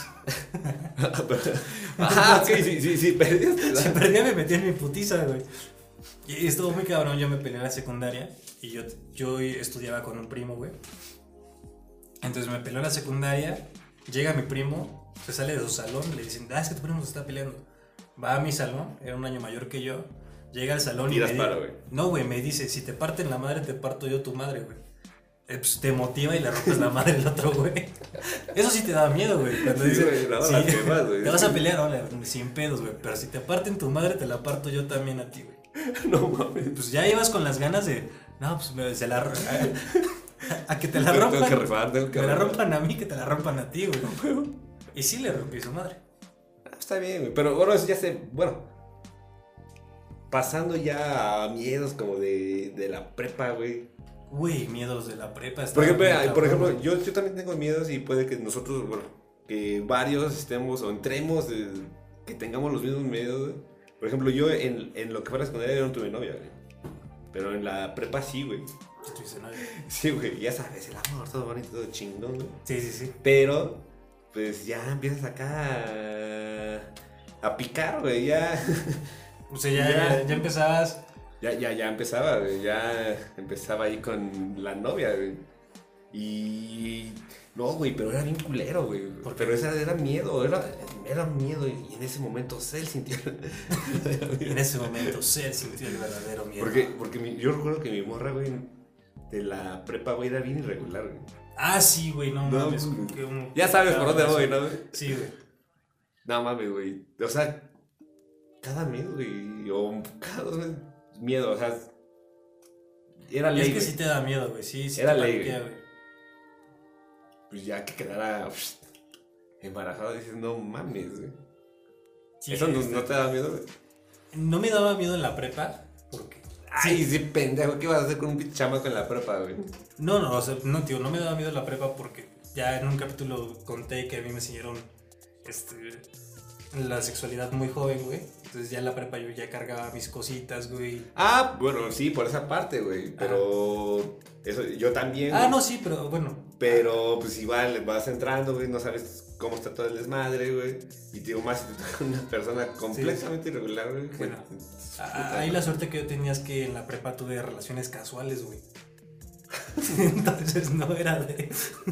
Speaker 3: Ah, ok, sí, sí, sí, perdiste.
Speaker 2: Si perdía me metía en mi putiza, güey. Y estuvo muy cabrón, yo me peleé en la secundaria y yo, yo estudiaba con un primo, güey. Entonces me peleó en la secundaria, llega mi primo, se sale de su salón, le dicen, ah, es que tu primo se está peleando. Va a mi salón, era un año mayor que yo, llega al salón y
Speaker 3: Tiras
Speaker 2: me
Speaker 3: paro,
Speaker 2: dice,
Speaker 3: güey.
Speaker 2: no, güey, me dice, si te parten la madre, te parto yo tu madre, güey. Eh, pues te motiva y le rompes la madre al otro, güey. Eso sí te da miedo, güey. Cuando
Speaker 3: Sí,
Speaker 2: dice,
Speaker 3: güey, la
Speaker 2: sí,
Speaker 3: verdad, ¿qué más, güey?
Speaker 2: te vas a pelear, hola, sin pedos, güey. Pero si te parten tu madre, te la parto yo también a ti, güey.
Speaker 3: No mames.
Speaker 2: Pues ya ibas con las ganas de, no, pues me, se la ro- a, a que te la
Speaker 3: Tengo-
Speaker 2: rompan.
Speaker 3: Tengo que rifar, tengo que
Speaker 2: Que me la
Speaker 3: rifar.
Speaker 2: rompan a mí, que te la rompan a ti, güey. Y sí le rompí su madre.
Speaker 3: Ah, está bien, güey. Pero bueno, eso ya sé. Bueno. Pasando ya a miedos como de, de la prepa, güey.
Speaker 2: Güey, miedos de la prepa.
Speaker 3: Por
Speaker 2: estaba
Speaker 3: ejemplo,
Speaker 2: bien
Speaker 3: por
Speaker 2: cabrón,
Speaker 3: ejemplo
Speaker 2: güey.
Speaker 3: yo, yo también tengo miedos y puede que nosotros, bueno, que varios estemos o entremos, de- que tengamos los mismos miedos, güey. Por ejemplo, yo en, en lo que fue la secundaria yo no tuve novia, güey. Pero en la prepa sí, güey.
Speaker 2: Sí, tú dices, no,
Speaker 3: Sí, güey, ya sabes, el amor, todo bonito, todo chingón, güey.
Speaker 2: sí, sí, sí.
Speaker 3: Pero, pues ya empiezas acá a, a picar, güey, ya.
Speaker 2: O sea, ya,
Speaker 3: Ya.
Speaker 2: ya, ya empezabas.
Speaker 3: Ya, ya, ya empezaba, güey, ya empezaba ahí con la novia, güey. Y... No, güey, pero era bien culero, güey.
Speaker 2: ¿Por qué?
Speaker 3: Pero esa era miedo, era, era miedo. Y en ese momento Cell sintió...
Speaker 2: Y en ese momento, Cell sintió el verdadero miedo.
Speaker 3: porque porque mi- yo recuerdo que mi morra, güey, de la prepa, güey, era bien irregular, güey.
Speaker 2: Ah, sí, güey, no,
Speaker 3: No,
Speaker 2: mames.
Speaker 3: pues,
Speaker 2: que un-
Speaker 3: Ya sabes por dónde
Speaker 2: eso.
Speaker 3: voy, ¿no, güey?
Speaker 2: Sí, güey.
Speaker 3: No mames, güey. O sea, cada mes, güey, o cada dos meses, miedo, o sea... Era
Speaker 2: Y
Speaker 3: ley,
Speaker 2: es que
Speaker 3: güey.
Speaker 2: sí te da miedo, güey. Sí, sí
Speaker 3: Era
Speaker 2: te
Speaker 3: ley,
Speaker 2: paniquea,
Speaker 3: güey. Pues ya que quedara pff, embarazada, dices, no mames, güey.
Speaker 2: Sí,
Speaker 3: ¿Eso no,
Speaker 2: este,
Speaker 3: no te da miedo, güey?
Speaker 2: No me daba miedo en la prepa, porque...
Speaker 3: Ay, sí, pendejo, ¿qué vas a hacer con un pinche chamaco en la prepa, güey?
Speaker 2: No, no, o sea, no, tío, no me daba miedo en la prepa porque ya en un capítulo conté que a mí me enseñaron este, la sexualidad muy joven, güey. Entonces ya en la prepa yo ya cargaba mis cositas, güey.
Speaker 3: Ah, bueno, sí, por esa parte, güey. Pero eso, yo también.
Speaker 2: Ah,
Speaker 3: güey.
Speaker 2: no, sí, pero bueno.
Speaker 3: Pero pues igual vas entrando, güey, no sabes cómo está todo el desmadre, güey. Y te digo más si te toca una persona completamente irregular, güey. que-
Speaker 2: Bueno,
Speaker 3: puta,
Speaker 2: Ah, ahí la suerte que yo tenía es que en la prepa tuve relaciones casuales, güey. Entonces no era de...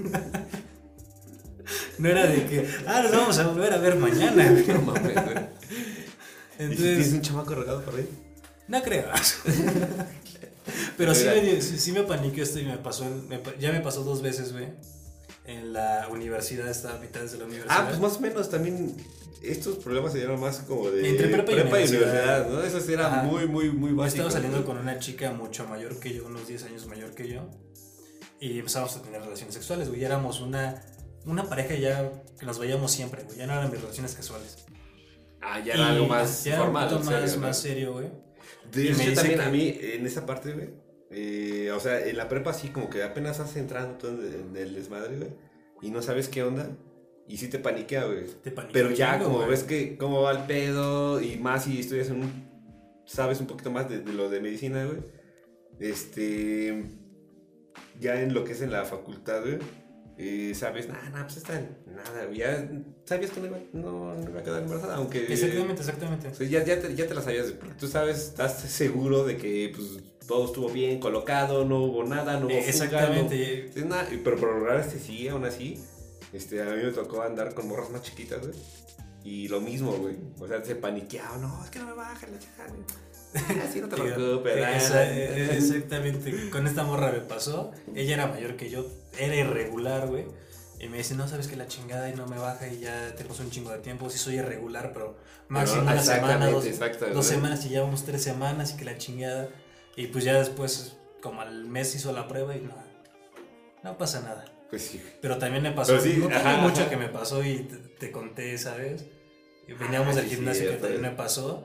Speaker 2: No era de que, ah, nos vamos a volver a ver mañana, güey.
Speaker 3: No mames, güey. ¿Y si tienes
Speaker 2: Entonces,
Speaker 3: un chamaco regado por ahí?
Speaker 2: no creo. Pero sí
Speaker 3: Mira.
Speaker 2: me, dio- sí, sí me paniqué esto y me pasó, en- me pa- ya me pasó dos veces, güey. En la universidad, estaba a mitad de la universidad.
Speaker 3: Ah, pues más o menos también estos problemas se dieron más como de
Speaker 2: Entre prepa y universidad.
Speaker 3: ¿no? Eso sí era
Speaker 2: Ajá.
Speaker 3: muy, muy, muy
Speaker 2: Yo
Speaker 3: básico.
Speaker 2: estaba saliendo con una chica mucho mayor que yo, unos diez años mayor que yo. Y empezamos a tener relaciones sexuales, güey. Ya éramos una, una pareja ya que nos veíamos siempre, güey. Ya no eran mis relaciones casuales.
Speaker 3: Ah, ya era algo más
Speaker 2: ya era
Speaker 3: formal.
Speaker 2: un poquito
Speaker 3: serio,
Speaker 2: más,
Speaker 3: ¿no?
Speaker 2: más serio, güey.
Speaker 3: De
Speaker 2: Y
Speaker 3: hecho,
Speaker 2: me
Speaker 3: yo
Speaker 2: dice
Speaker 3: también
Speaker 2: que-
Speaker 3: a mí, en esa parte, güey, eh, o sea, en la prepa sí, como que apenas estás entrando todo en el desmadre, güey, y no sabes qué onda, y sí te paniquea, güey.
Speaker 2: Te paniquea
Speaker 3: Pero
Speaker 2: un
Speaker 3: ya,
Speaker 2: chingo,
Speaker 3: como
Speaker 2: güey.
Speaker 3: ves que cómo va el pedo, y más si estudias en un, sabes un poquito más de, de lo de medicina, güey, este, ya en lo que es en la facultad, güey, eh, sabes, nada, nada, pues está, nada, güey, ya sabías que no iba, no, no iba a quedar embarazada, aunque...
Speaker 2: Exactamente, exactamente.
Speaker 3: O sea, ya, ya, te, ya te la sabías, porque tú sabes, estás seguro de que pues, todo estuvo bien colocado, no hubo nada, no hubo
Speaker 2: Eh,
Speaker 3: fuga,
Speaker 2: exactamente.
Speaker 3: no- sí, nada, pero por lograr este sí, aún así, este, a mí me tocó andar con morras más chiquitas, güey, y lo mismo, güey, o sea, se paniqueaba, no, es que no me bajan, la chica, así no te preocupes,
Speaker 2: Eh,
Speaker 3: ah,
Speaker 2: esa- eh, exactamente. Con esta morra me pasó. Ella era mayor que yo, era irregular, güey. Y me dice, no, sabes que la chingada y no me baja y ya tenemos un chingo de tiempo. Sí soy irregular, pero máximo
Speaker 3: Pero,
Speaker 2: una semana,
Speaker 3: exactamente,
Speaker 2: dos,
Speaker 3: exacto,
Speaker 2: dos
Speaker 3: ¿no?
Speaker 2: semanas y ya vamos tres semanas y que la chingada. Y pues ya después, como al mes hizo la prueba y no, no pasa nada.
Speaker 3: Pues sí,
Speaker 2: Pero también me pasó,
Speaker 3: Pero sí,
Speaker 2: no tiene
Speaker 3: ajá,
Speaker 2: mucho
Speaker 3: ajá.
Speaker 2: que me pasó y te, te conté, ¿sabes? Y veníamos
Speaker 3: Ah,
Speaker 2: del
Speaker 3: sí,
Speaker 2: gimnasio
Speaker 3: sí,
Speaker 2: que
Speaker 3: ya
Speaker 2: también
Speaker 3: sé.
Speaker 2: me pasó.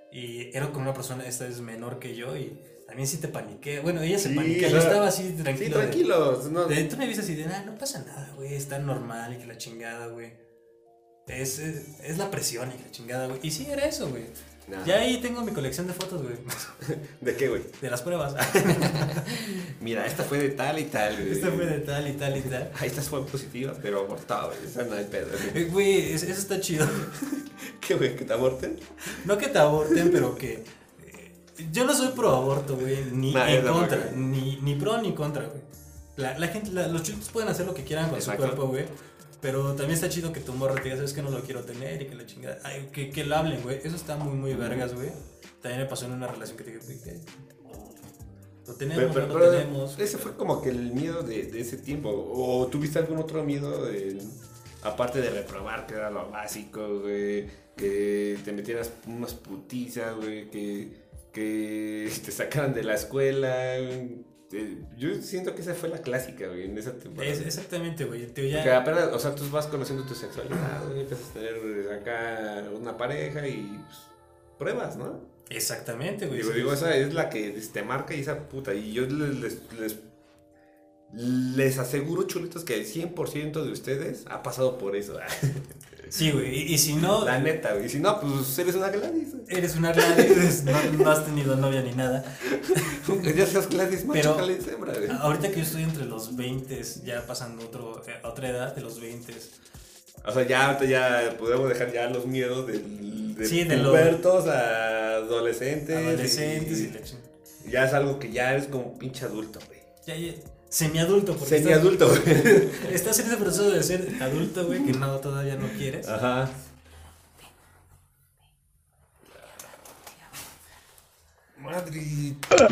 Speaker 2: Y era con una persona esta vez menor que yo y también sí te paniqué. Bueno, ella se
Speaker 3: Sí,
Speaker 2: paniqué,
Speaker 3: o
Speaker 2: yo
Speaker 3: sea,
Speaker 2: estaba así tranquilo.
Speaker 3: Sí, tranquilos.
Speaker 2: De,
Speaker 3: No.
Speaker 2: de, tú me viste así de, nah, no pasa nada, güey, está normal y que la chingada, güey. Es, es, es la presión y que la chingada, güey. Y sí, era eso, güey.
Speaker 3: Nah.
Speaker 2: Ya ahí tengo mi colección de fotos, güey.
Speaker 3: ¿De qué, güey?
Speaker 2: De las pruebas.
Speaker 3: Mira, esta fue de tal y tal, güey.
Speaker 2: Esta fue de tal y tal y tal.
Speaker 3: Ahí esta fue positiva, pero abortada, güey. Esa no hay pedo, güey.
Speaker 2: Eh, Güey, eso eso está chido.
Speaker 3: ¿Qué, güey? ¿Que te aborten?
Speaker 2: No que te aborten, pero que... eh, yo no soy pro aborto, güey. Ni
Speaker 3: Nah,
Speaker 2: en
Speaker 3: yo tampoco,
Speaker 2: contra.
Speaker 3: güey.
Speaker 2: Ni, ni pro ni contra, güey. La, la gente, la- los chulitos pueden hacer lo que quieran con
Speaker 3: Exacto.
Speaker 2: su cuerpo, güey. Pero también está chido que tu morro te diga, sabes que no lo quiero tener y que la chingada. Ay, que, que lo hablen, güey. Eso está muy, muy vergas, güey. También me pasó en una relación que te dije, güey, ¿qué? Lo tenemos,
Speaker 3: Pero, pero-
Speaker 2: no lo
Speaker 3: pero
Speaker 2: tenemos.
Speaker 3: ese fue como que el miedo de, de ese tiempo. ¿O tuviste algún otro miedo? de- aparte de reprobar, que era lo básico, güey. Que te metieras unas putizas, güey. Que, que te sacaran de la escuela. güey. Eh, Yo siento que esa fue la clásica, güey, en esa temporada.
Speaker 2: Es, exactamente, güey. Te- ya-
Speaker 3: Porque apenas, o sea, tú vas conociendo tu sexualidad, güey, empiezas a tener acá una pareja y pues, pruebas, ¿no?
Speaker 2: Exactamente, güey.
Speaker 3: Digo,
Speaker 2: Sí,
Speaker 3: digo,
Speaker 2: sí.
Speaker 3: esa es la que te marca y esa puta. Y yo les, les, les, les aseguro, chulitos, que el cien por ciento de ustedes ha pasado por eso.
Speaker 2: Sí, güey. Y, y si no,
Speaker 3: La neta, güey. Y si no, pues eres una Gladys.
Speaker 2: eres una Gladys, no, no has tenido novia ni nada.
Speaker 3: Ya seas Gladys, macho,
Speaker 2: Pero-
Speaker 3: Gladys, hembra, güey.
Speaker 2: Ahorita que yo estoy entre los veinte, ya pasando otro, eh, a otra edad de los veinte.
Speaker 3: O sea, ya ahorita ya podemos dejar ya los miedos del, de
Speaker 2: Sí, de lo-
Speaker 3: pubertos a adolescentes.
Speaker 2: Adolescentes
Speaker 3: y-
Speaker 2: y la ching-
Speaker 3: Ya es algo que ya eres como un pinche adulto, güey.
Speaker 2: Ya, ya. Semiadulto, porque estás-
Speaker 3: Semi-adulto, güey.
Speaker 2: Estás en ese proceso de ser adulto, güey, que no, todavía no quieres.
Speaker 3: Ajá. Madre.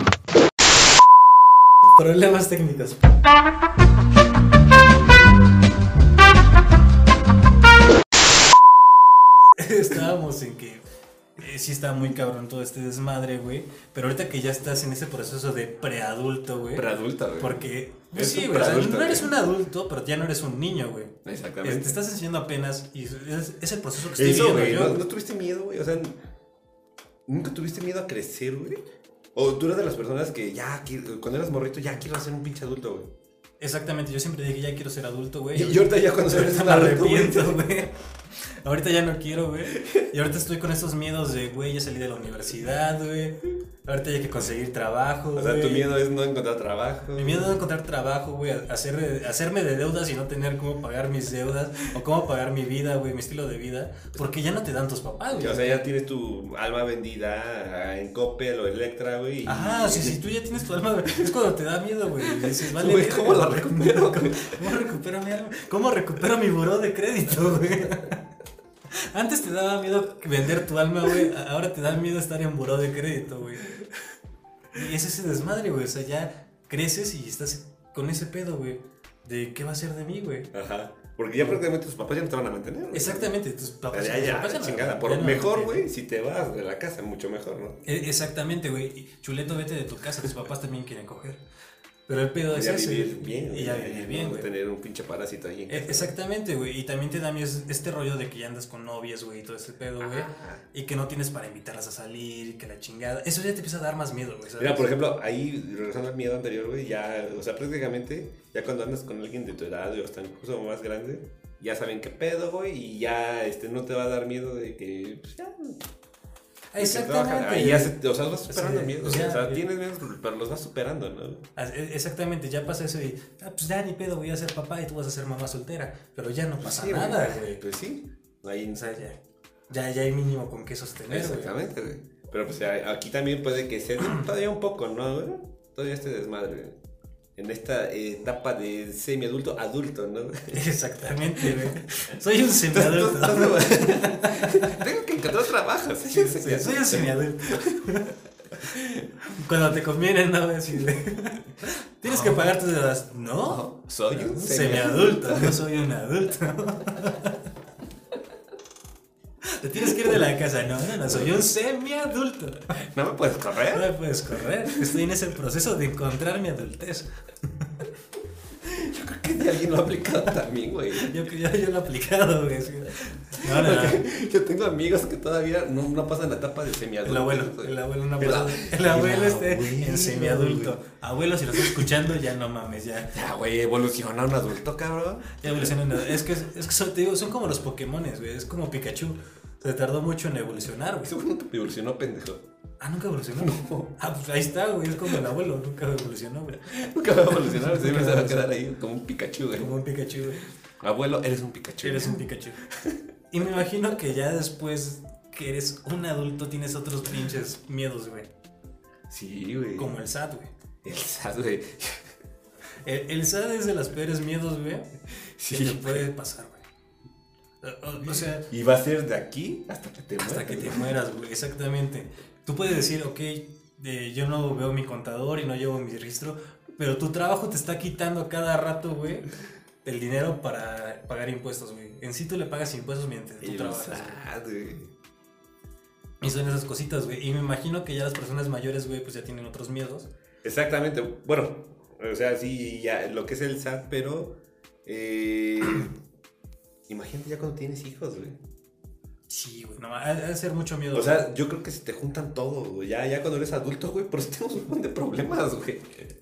Speaker 2: Problemas técnicos. Estábamos en que eh, sí está muy cabrón todo este desmadre, güey. Pero ahorita que ya estás en ese proceso de preadulto, güey.
Speaker 3: Preadulta, güey.
Speaker 2: Porque,
Speaker 3: Es
Speaker 2: sí,
Speaker 3: un
Speaker 2: güey, o sea,
Speaker 3: preadulto,
Speaker 2: no eres
Speaker 3: güey.
Speaker 2: un adulto, pero ya no eres un niño, güey.
Speaker 3: Exactamente.
Speaker 2: Te estás enseñando apenas y es, es el proceso que estoy
Speaker 3: Eso,
Speaker 2: viviendo
Speaker 3: güey.
Speaker 2: yo.
Speaker 3: ¿No, ¿No tuviste miedo, güey? O sea, ¿nunca tuviste miedo a crecer, güey? O tú eras de las personas que ya, quiero- cuando eras morrito, ya quiero ser un pinche adulto, güey.
Speaker 2: Exactamente, yo siempre dije ya quiero ser adulto, güey.
Speaker 3: Y ahorita ya cuando eres
Speaker 2: Ahorita
Speaker 3: un
Speaker 2: me
Speaker 3: adulto, güey.
Speaker 2: arrepiento, güey. Ahorita ya no quiero, güey. Y ahorita estoy con estos miedos de, güey, ya salí de la universidad, güey. Ahorita hay que conseguir trabajo,
Speaker 3: O sea, tu
Speaker 2: güey.
Speaker 3: miedo es no encontrar trabajo.
Speaker 2: Mi miedo es no encontrar trabajo, güey, hacer, hacerme de deudas y no tener cómo pagar mis deudas o cómo pagar mi vida, güey, mi estilo de vida, porque ya no te dan tus papás, güey.
Speaker 3: O sea, ya tienes tu alma vendida en Coppel o Electra, güey. y-
Speaker 2: Ajá, sí, sí, tú ya tienes tu alma, es cuando te da miedo, güey. y dices, vale,
Speaker 3: Güey,
Speaker 2: verga,
Speaker 3: ¿cómo la
Speaker 2: güey.
Speaker 3: recupero, güey?
Speaker 2: ¿Cómo recupero mi alma? ¿Cómo recupero mi buró de crédito, güey? Antes te daba miedo vender tu alma, güey. Ahora te da miedo estar en buró de crédito, güey. Y es ese desmadre, güey. O sea, ya creces y estás con ese pedo, güey. De qué va a ser de mí, güey.
Speaker 3: Ajá. Porque ya prácticamente tus papás ya no te van a mantener, güey.
Speaker 2: Exactamente, tus
Speaker 3: O sea,
Speaker 2: papás.
Speaker 3: ya,
Speaker 2: tus
Speaker 3: ya,
Speaker 2: papás
Speaker 3: la
Speaker 2: no-
Speaker 3: chingada.
Speaker 2: ya
Speaker 3: Por
Speaker 2: no
Speaker 3: mejor,
Speaker 2: mantienen.
Speaker 3: güey, si te vas de la casa, mucho mejor, ¿no?
Speaker 2: E- Exactamente, güey. Y, Chuleto, vete de tu casa. Tus papás también quieren coger. Pero el pedo es
Speaker 3: ya
Speaker 2: ese.
Speaker 3: vivir bien.
Speaker 2: Y ya
Speaker 3: güey,
Speaker 2: vivir
Speaker 3: no
Speaker 2: bien, güey.
Speaker 3: tener un pinche parásito ahí en
Speaker 2: E-
Speaker 3: casa.
Speaker 2: Exactamente, güey. Y también te da miedo este rollo de que ya andas con novias, güey, y todo ese pedo, güey.
Speaker 3: Ajá.
Speaker 2: Y que no tienes para invitarlas a salir, y que la chingada. Eso ya te empieza a dar más miedo, güey. ¿sabes?
Speaker 3: Mira, por ejemplo, ahí, regresando al miedo anterior, güey, ya, o sea, prácticamente, ya cuando andas con alguien de tu edad, güey, o hasta incluso más grande, ya saben qué pedo, güey, y ya, este, no te va a dar miedo de que, pues ya...
Speaker 2: Exactamente.
Speaker 3: Ahí ya se, o sea, vas superando
Speaker 2: Sí,
Speaker 3: el miedo,
Speaker 2: pues
Speaker 3: o sea,
Speaker 2: ya,
Speaker 3: o sea,
Speaker 2: ya.
Speaker 3: tienes miedo, pero los vas superando, ¿no?
Speaker 2: Ah, e- Exactamente, ya pasa eso y. Ah, pues ya ni pedo, voy a ser papá y tú vas a ser mamá soltera. Pero ya no pasa
Speaker 3: Sí,
Speaker 2: nada, güey.
Speaker 3: Pues sí, ahí
Speaker 2: O sea, ya, ya, ya hay mínimo con qué sostener, güey.
Speaker 3: exactamente, güey. Pero pues a- aquí también puede que sea todavía un poco, ¿no, güey? Todavía este desmadre, güey. En esta eh, etapa de semiadulto, adulto, ¿no?
Speaker 2: Exactamente, güey. Soy un
Speaker 3: Entonces,
Speaker 2: semiadulto.
Speaker 3: entonces, tengo que encontrar trabajo, soy un
Speaker 2: Sí,
Speaker 3: semiadulto.
Speaker 2: soy un semiadulto. Cuando te conviene, no decir. Tienes que pagar tus deudas. No,
Speaker 3: Soy un
Speaker 2: semiadulto, no soy un adulto. Te tienes que ir de la casa. No, no, no, soy un semiadulto.
Speaker 3: ¿No me puedes
Speaker 2: No
Speaker 3: correr?
Speaker 2: me puedes correr. Estoy en ese proceso de encontrar mi adultez.
Speaker 3: Yo creo que que alguien lo ha aplicado también, güey.
Speaker 2: Yo, yo, yo lo he aplicado, güey. No, no, no.
Speaker 3: Yo tengo amigos que todavía no, no pasan la etapa de semiadulto.
Speaker 2: El abuelo, el abuelo no
Speaker 3: El
Speaker 2: pasa.
Speaker 3: a-
Speaker 2: El abuelo
Speaker 3: el
Speaker 2: este
Speaker 3: abuelo,
Speaker 2: en semiadulto.
Speaker 3: güey.
Speaker 2: Abuelo, si lo estás escuchando, ya no mames, ya.
Speaker 3: Ya, güey, evoluciona un adulto, cabrón.
Speaker 2: Ya evolucionan. Es que, es que son, te digo, son como los Pokémones, güey. Es como Pikachu. Se tardó mucho en evolucionar, güey.
Speaker 3: Seguro nunca evolucionó, pendejo.
Speaker 2: Ah, nunca evolucionó. Ah, pues ahí está, güey. Es como el abuelo. Nunca evolucionó, güey.
Speaker 3: Nunca va a evolucionar, siempre
Speaker 2: Nunca
Speaker 3: se va a
Speaker 2: va a
Speaker 3: quedar ahí como un Pikachu, güey.
Speaker 2: Como un Pikachu, güey.
Speaker 3: Abuelo, eres un Pikachu.
Speaker 2: Eres un Pikachu. Y me imagino que ya después que eres un adulto tienes otros pinches miedos, güey.
Speaker 3: Sí, güey.
Speaker 2: Como el S A T, güey.
Speaker 3: El S A T, güey.
Speaker 2: El, el S A T es de los peores miedos, güey.
Speaker 3: Sí.
Speaker 2: Que te puede pasar, güey. O, o sea,
Speaker 3: Y va a ser de aquí hasta que te mueras.
Speaker 2: hasta que te mueras, güey. Exactamente. Tú puedes decir, ok, eh, yo no veo mi contador y no llevo mi registro, pero tu trabajo te está quitando cada rato, güey, el dinero para pagar impuestos, güey. En sí tú le pagas impuestos mientras tú
Speaker 3: El
Speaker 2: trabajas.
Speaker 3: S A T, güey.
Speaker 2: Y son esas cositas, güey. Y me imagino que ya las personas mayores, güey, pues ya tienen otros miedos.
Speaker 3: Exactamente. Bueno, o sea, sí, ya lo que es el S A T, pero. Eh, imagínate ya cuando tienes hijos, güey.
Speaker 2: Sí, güey. No, ha ha de ser mucho miedo.
Speaker 3: O sea, yo creo que se te juntan todos, güey. Ya, ya cuando eres adulto, güey, por eso tenemos un montón de problemas, güey.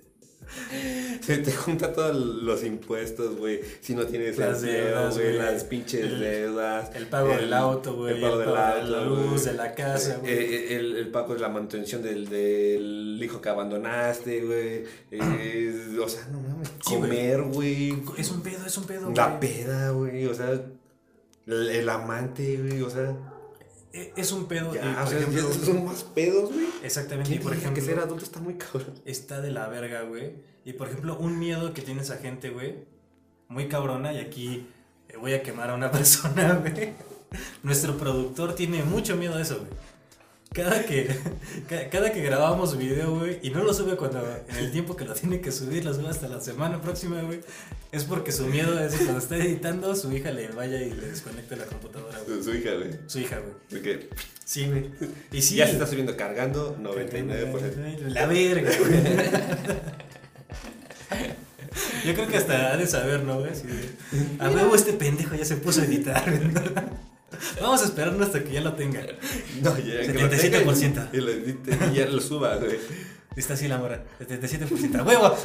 Speaker 3: Se te juntan todos los impuestos, güey. Si no tienes
Speaker 2: Las
Speaker 3: empleo,
Speaker 2: deudas,
Speaker 3: güey,
Speaker 2: güey.
Speaker 3: las pinches
Speaker 2: El-
Speaker 3: deudas.
Speaker 2: el pago del auto, güey.
Speaker 3: El pago del
Speaker 2: de la
Speaker 3: auto,
Speaker 2: luz,
Speaker 3: güey.
Speaker 2: de la casa, güey.
Speaker 3: Eh, el, el pago de la manutención del, del hijo que abandonaste, güey. Eh, o sea, no mames.
Speaker 2: Sí, güey.
Speaker 3: Comer, güey.
Speaker 2: Es un pedo, es un pedo, güey.
Speaker 3: La peda, güey. O sea, el, el amante, güey. O sea,
Speaker 2: E- Es un pedo. y,
Speaker 3: ya,
Speaker 2: por
Speaker 3: o sea,
Speaker 2: ejemplo,
Speaker 3: ya son más pedos, güey.
Speaker 2: exactamente. Y
Speaker 3: ¿Quién
Speaker 2: por
Speaker 3: dice
Speaker 2: ejemplo,
Speaker 3: que ser adulto está muy cabrón?
Speaker 2: está de la verga, güey. Y por ejemplo, un miedo que tiene esa gente, güey, muy cabrona, y aquí eh, voy a quemar a una persona, güey. Nuestro productor tiene mucho miedo de eso, güey. Cada que, ca- cada que grabamos video, güey, y no lo sube cuando en el tiempo que lo tiene que subir, lo sube hasta la semana próxima, güey, es porque su miedo es que cuando está editando, su hija le vaya y le desconecte la computadora, güey.
Speaker 3: Su, su hija, güey.
Speaker 2: Su hija, güey.
Speaker 3: De que
Speaker 2: Sí, güey. Y sí.
Speaker 3: ya se está subiendo cargando, noventa y nueve por ciento.
Speaker 2: La verga, güey. Yo creo que hasta ha de saber, ¿no, güey? Así de, a huevo, este pendejo ya se puso a editar. Vamos a esperarnos hasta que ya lo tenga.
Speaker 3: No, ya, que lo
Speaker 2: setenta y siete por ciento.
Speaker 3: tenga Y, lo edite y ya lo suba, güey.
Speaker 2: Está así la mora. setenta y siete por ciento. ¡A huevo!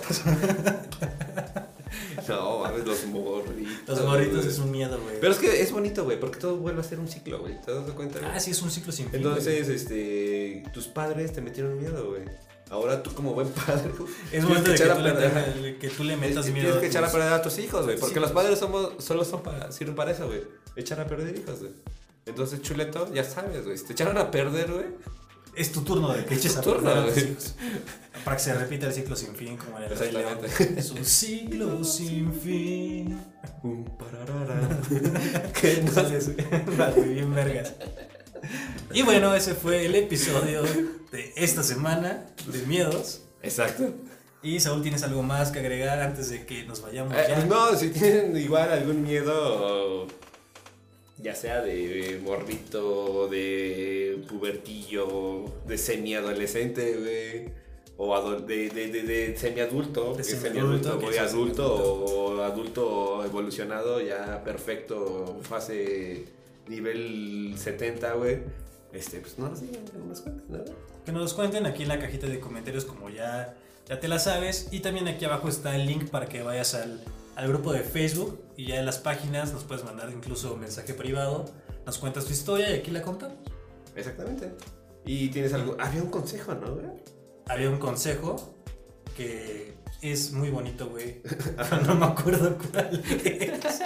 Speaker 3: No, mames, los morritos.
Speaker 2: Los gorritos
Speaker 3: güey.
Speaker 2: es un miedo, güey.
Speaker 3: Pero es que es bonito, güey, porque todo vuelve a ser un ciclo, güey. ¿Te das cuenta? güey?
Speaker 2: Ah, sí, es un ciclo sin fin.
Speaker 3: Entonces, este, tus padres te metieron miedo, güey. Ahora tú como buen padre, güey,
Speaker 2: es
Speaker 3: tienes
Speaker 2: momento de que
Speaker 3: echar
Speaker 2: tú,
Speaker 3: a
Speaker 2: le,
Speaker 3: perder-
Speaker 2: tengas- que tú le metas
Speaker 3: Es-
Speaker 2: miedo.
Speaker 3: Tienes que
Speaker 2: a
Speaker 3: echar a
Speaker 2: tus-
Speaker 3: perder a tus hijos, güey. Porque
Speaker 2: Sí.
Speaker 3: los padres somos, solo son para, sirven para eso, güey. Echar a perder hijos, güey. Entonces, chuleto, ya sabes, güey. Si te echaron a perder, güey.
Speaker 2: Es tu turno de que eches
Speaker 3: tu
Speaker 2: a
Speaker 3: turno,
Speaker 2: perder a tus
Speaker 3: güey.
Speaker 2: hijos. Para que se repita el ciclo sin fin, como en el Rey León.
Speaker 3: Exactamente.
Speaker 2: Es un ciclo sin fin.
Speaker 3: Un pararara. Que no
Speaker 2: Sale así, vale, bien vergas. Y bueno, ese fue el episodio de esta semana de miedos.
Speaker 3: Exacto.
Speaker 2: Y Saúl, ¿tienes algo más que agregar antes de que nos vayamos
Speaker 3: Eh,
Speaker 2: ya?
Speaker 3: pues no, si tienen igual algún miedo, ya sea de morrito, de pubertillo, de semiadolescente, güey, o ado- de, de, de, de semiadulto,
Speaker 2: De
Speaker 3: que es
Speaker 2: semiadulto,
Speaker 3: semiadulto,
Speaker 2: que
Speaker 3: voy
Speaker 2: es
Speaker 3: adulto
Speaker 2: semiadulto.
Speaker 3: o adulto evolucionado, ya perfecto, fase nivel setenta, güey. Este, pues no nos digan, no nos cuenten, ¿no?
Speaker 2: Que nos cuenten aquí en la cajita de comentarios como ya, ya te la sabes. Y también aquí abajo está el link para que vayas al, al grupo de Facebook. Y ya en las páginas nos puedes mandar incluso mensaje privado. Nos cuentas tu historia y aquí la contamos.
Speaker 3: Exactamente. Y tienes algo, había un consejo, ¿no, güey?
Speaker 2: Había un consejo que es muy bonito, güey. Pero no me acuerdo cuál es.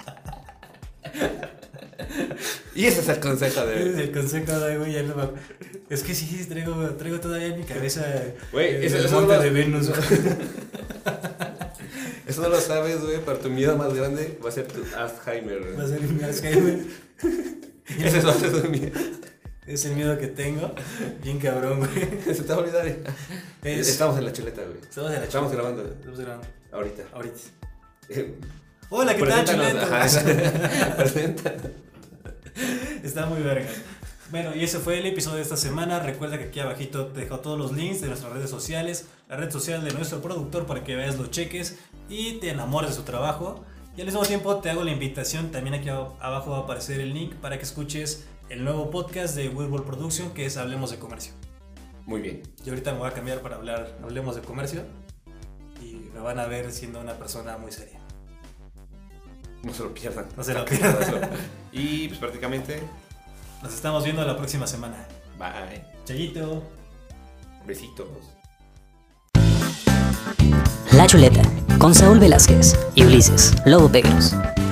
Speaker 3: Y ese es el consejo
Speaker 2: Ese es
Speaker 3: de...
Speaker 2: el consejo de güey, ya no me acuerdo. Es que sí, sí, traigo, traigo todavía en mi cabeza
Speaker 3: Güey,
Speaker 2: el,
Speaker 3: eso-
Speaker 2: el
Speaker 3: eso
Speaker 2: monte
Speaker 3: no-
Speaker 2: de Venus. güey.
Speaker 3: Eso no lo sabes, güey, pero tu miedo más grande va a ser tu Alzheimer, güey.
Speaker 2: Va a ser mi Alzheimer.
Speaker 3: Ese va a ser tu miedo.
Speaker 2: Es el miedo que tengo. Bien cabrón, güey.
Speaker 3: Se te va a olvidar. eh.
Speaker 2: Es-
Speaker 3: Estamos en la chuleta, güey.
Speaker 2: Estamos en la
Speaker 3: Estamos
Speaker 2: chuleta.
Speaker 3: grabando.
Speaker 2: Estamos grabando.
Speaker 3: Ahorita.
Speaker 2: Ahorita.
Speaker 3: Eh,
Speaker 2: Hola, ¿qué tal,
Speaker 3: preséntanos, ajá,
Speaker 2: chuleta?
Speaker 3: preséntanos.
Speaker 2: Está muy verga. Bueno, y ese fue el episodio de esta semana. Recuerda que aquí abajito te dejo todos los links de nuestras redes sociales, la red social de nuestro productor para que veas, lo cheques y te enamores de su trabajo. Y al mismo tiempo te hago la invitación, también aquí abajo va a aparecer el link para que escuches el nuevo podcast de Webull Production, que es Hablemos de Comercio.
Speaker 3: Muy bien.
Speaker 2: Yo ahorita me voy a cambiar para hablar Hablemos de Comercio y me van a ver siendo una persona muy seria.
Speaker 3: No se lo pierdan.
Speaker 2: No se lo pierdan.
Speaker 3: Y pues prácticamente
Speaker 2: nos estamos viendo la próxima semana.
Speaker 3: Bye.
Speaker 2: Chayito.
Speaker 3: Besitos.
Speaker 1: La Chuleta, con Saúl Velázquez y Ulises Lobo Pegueros.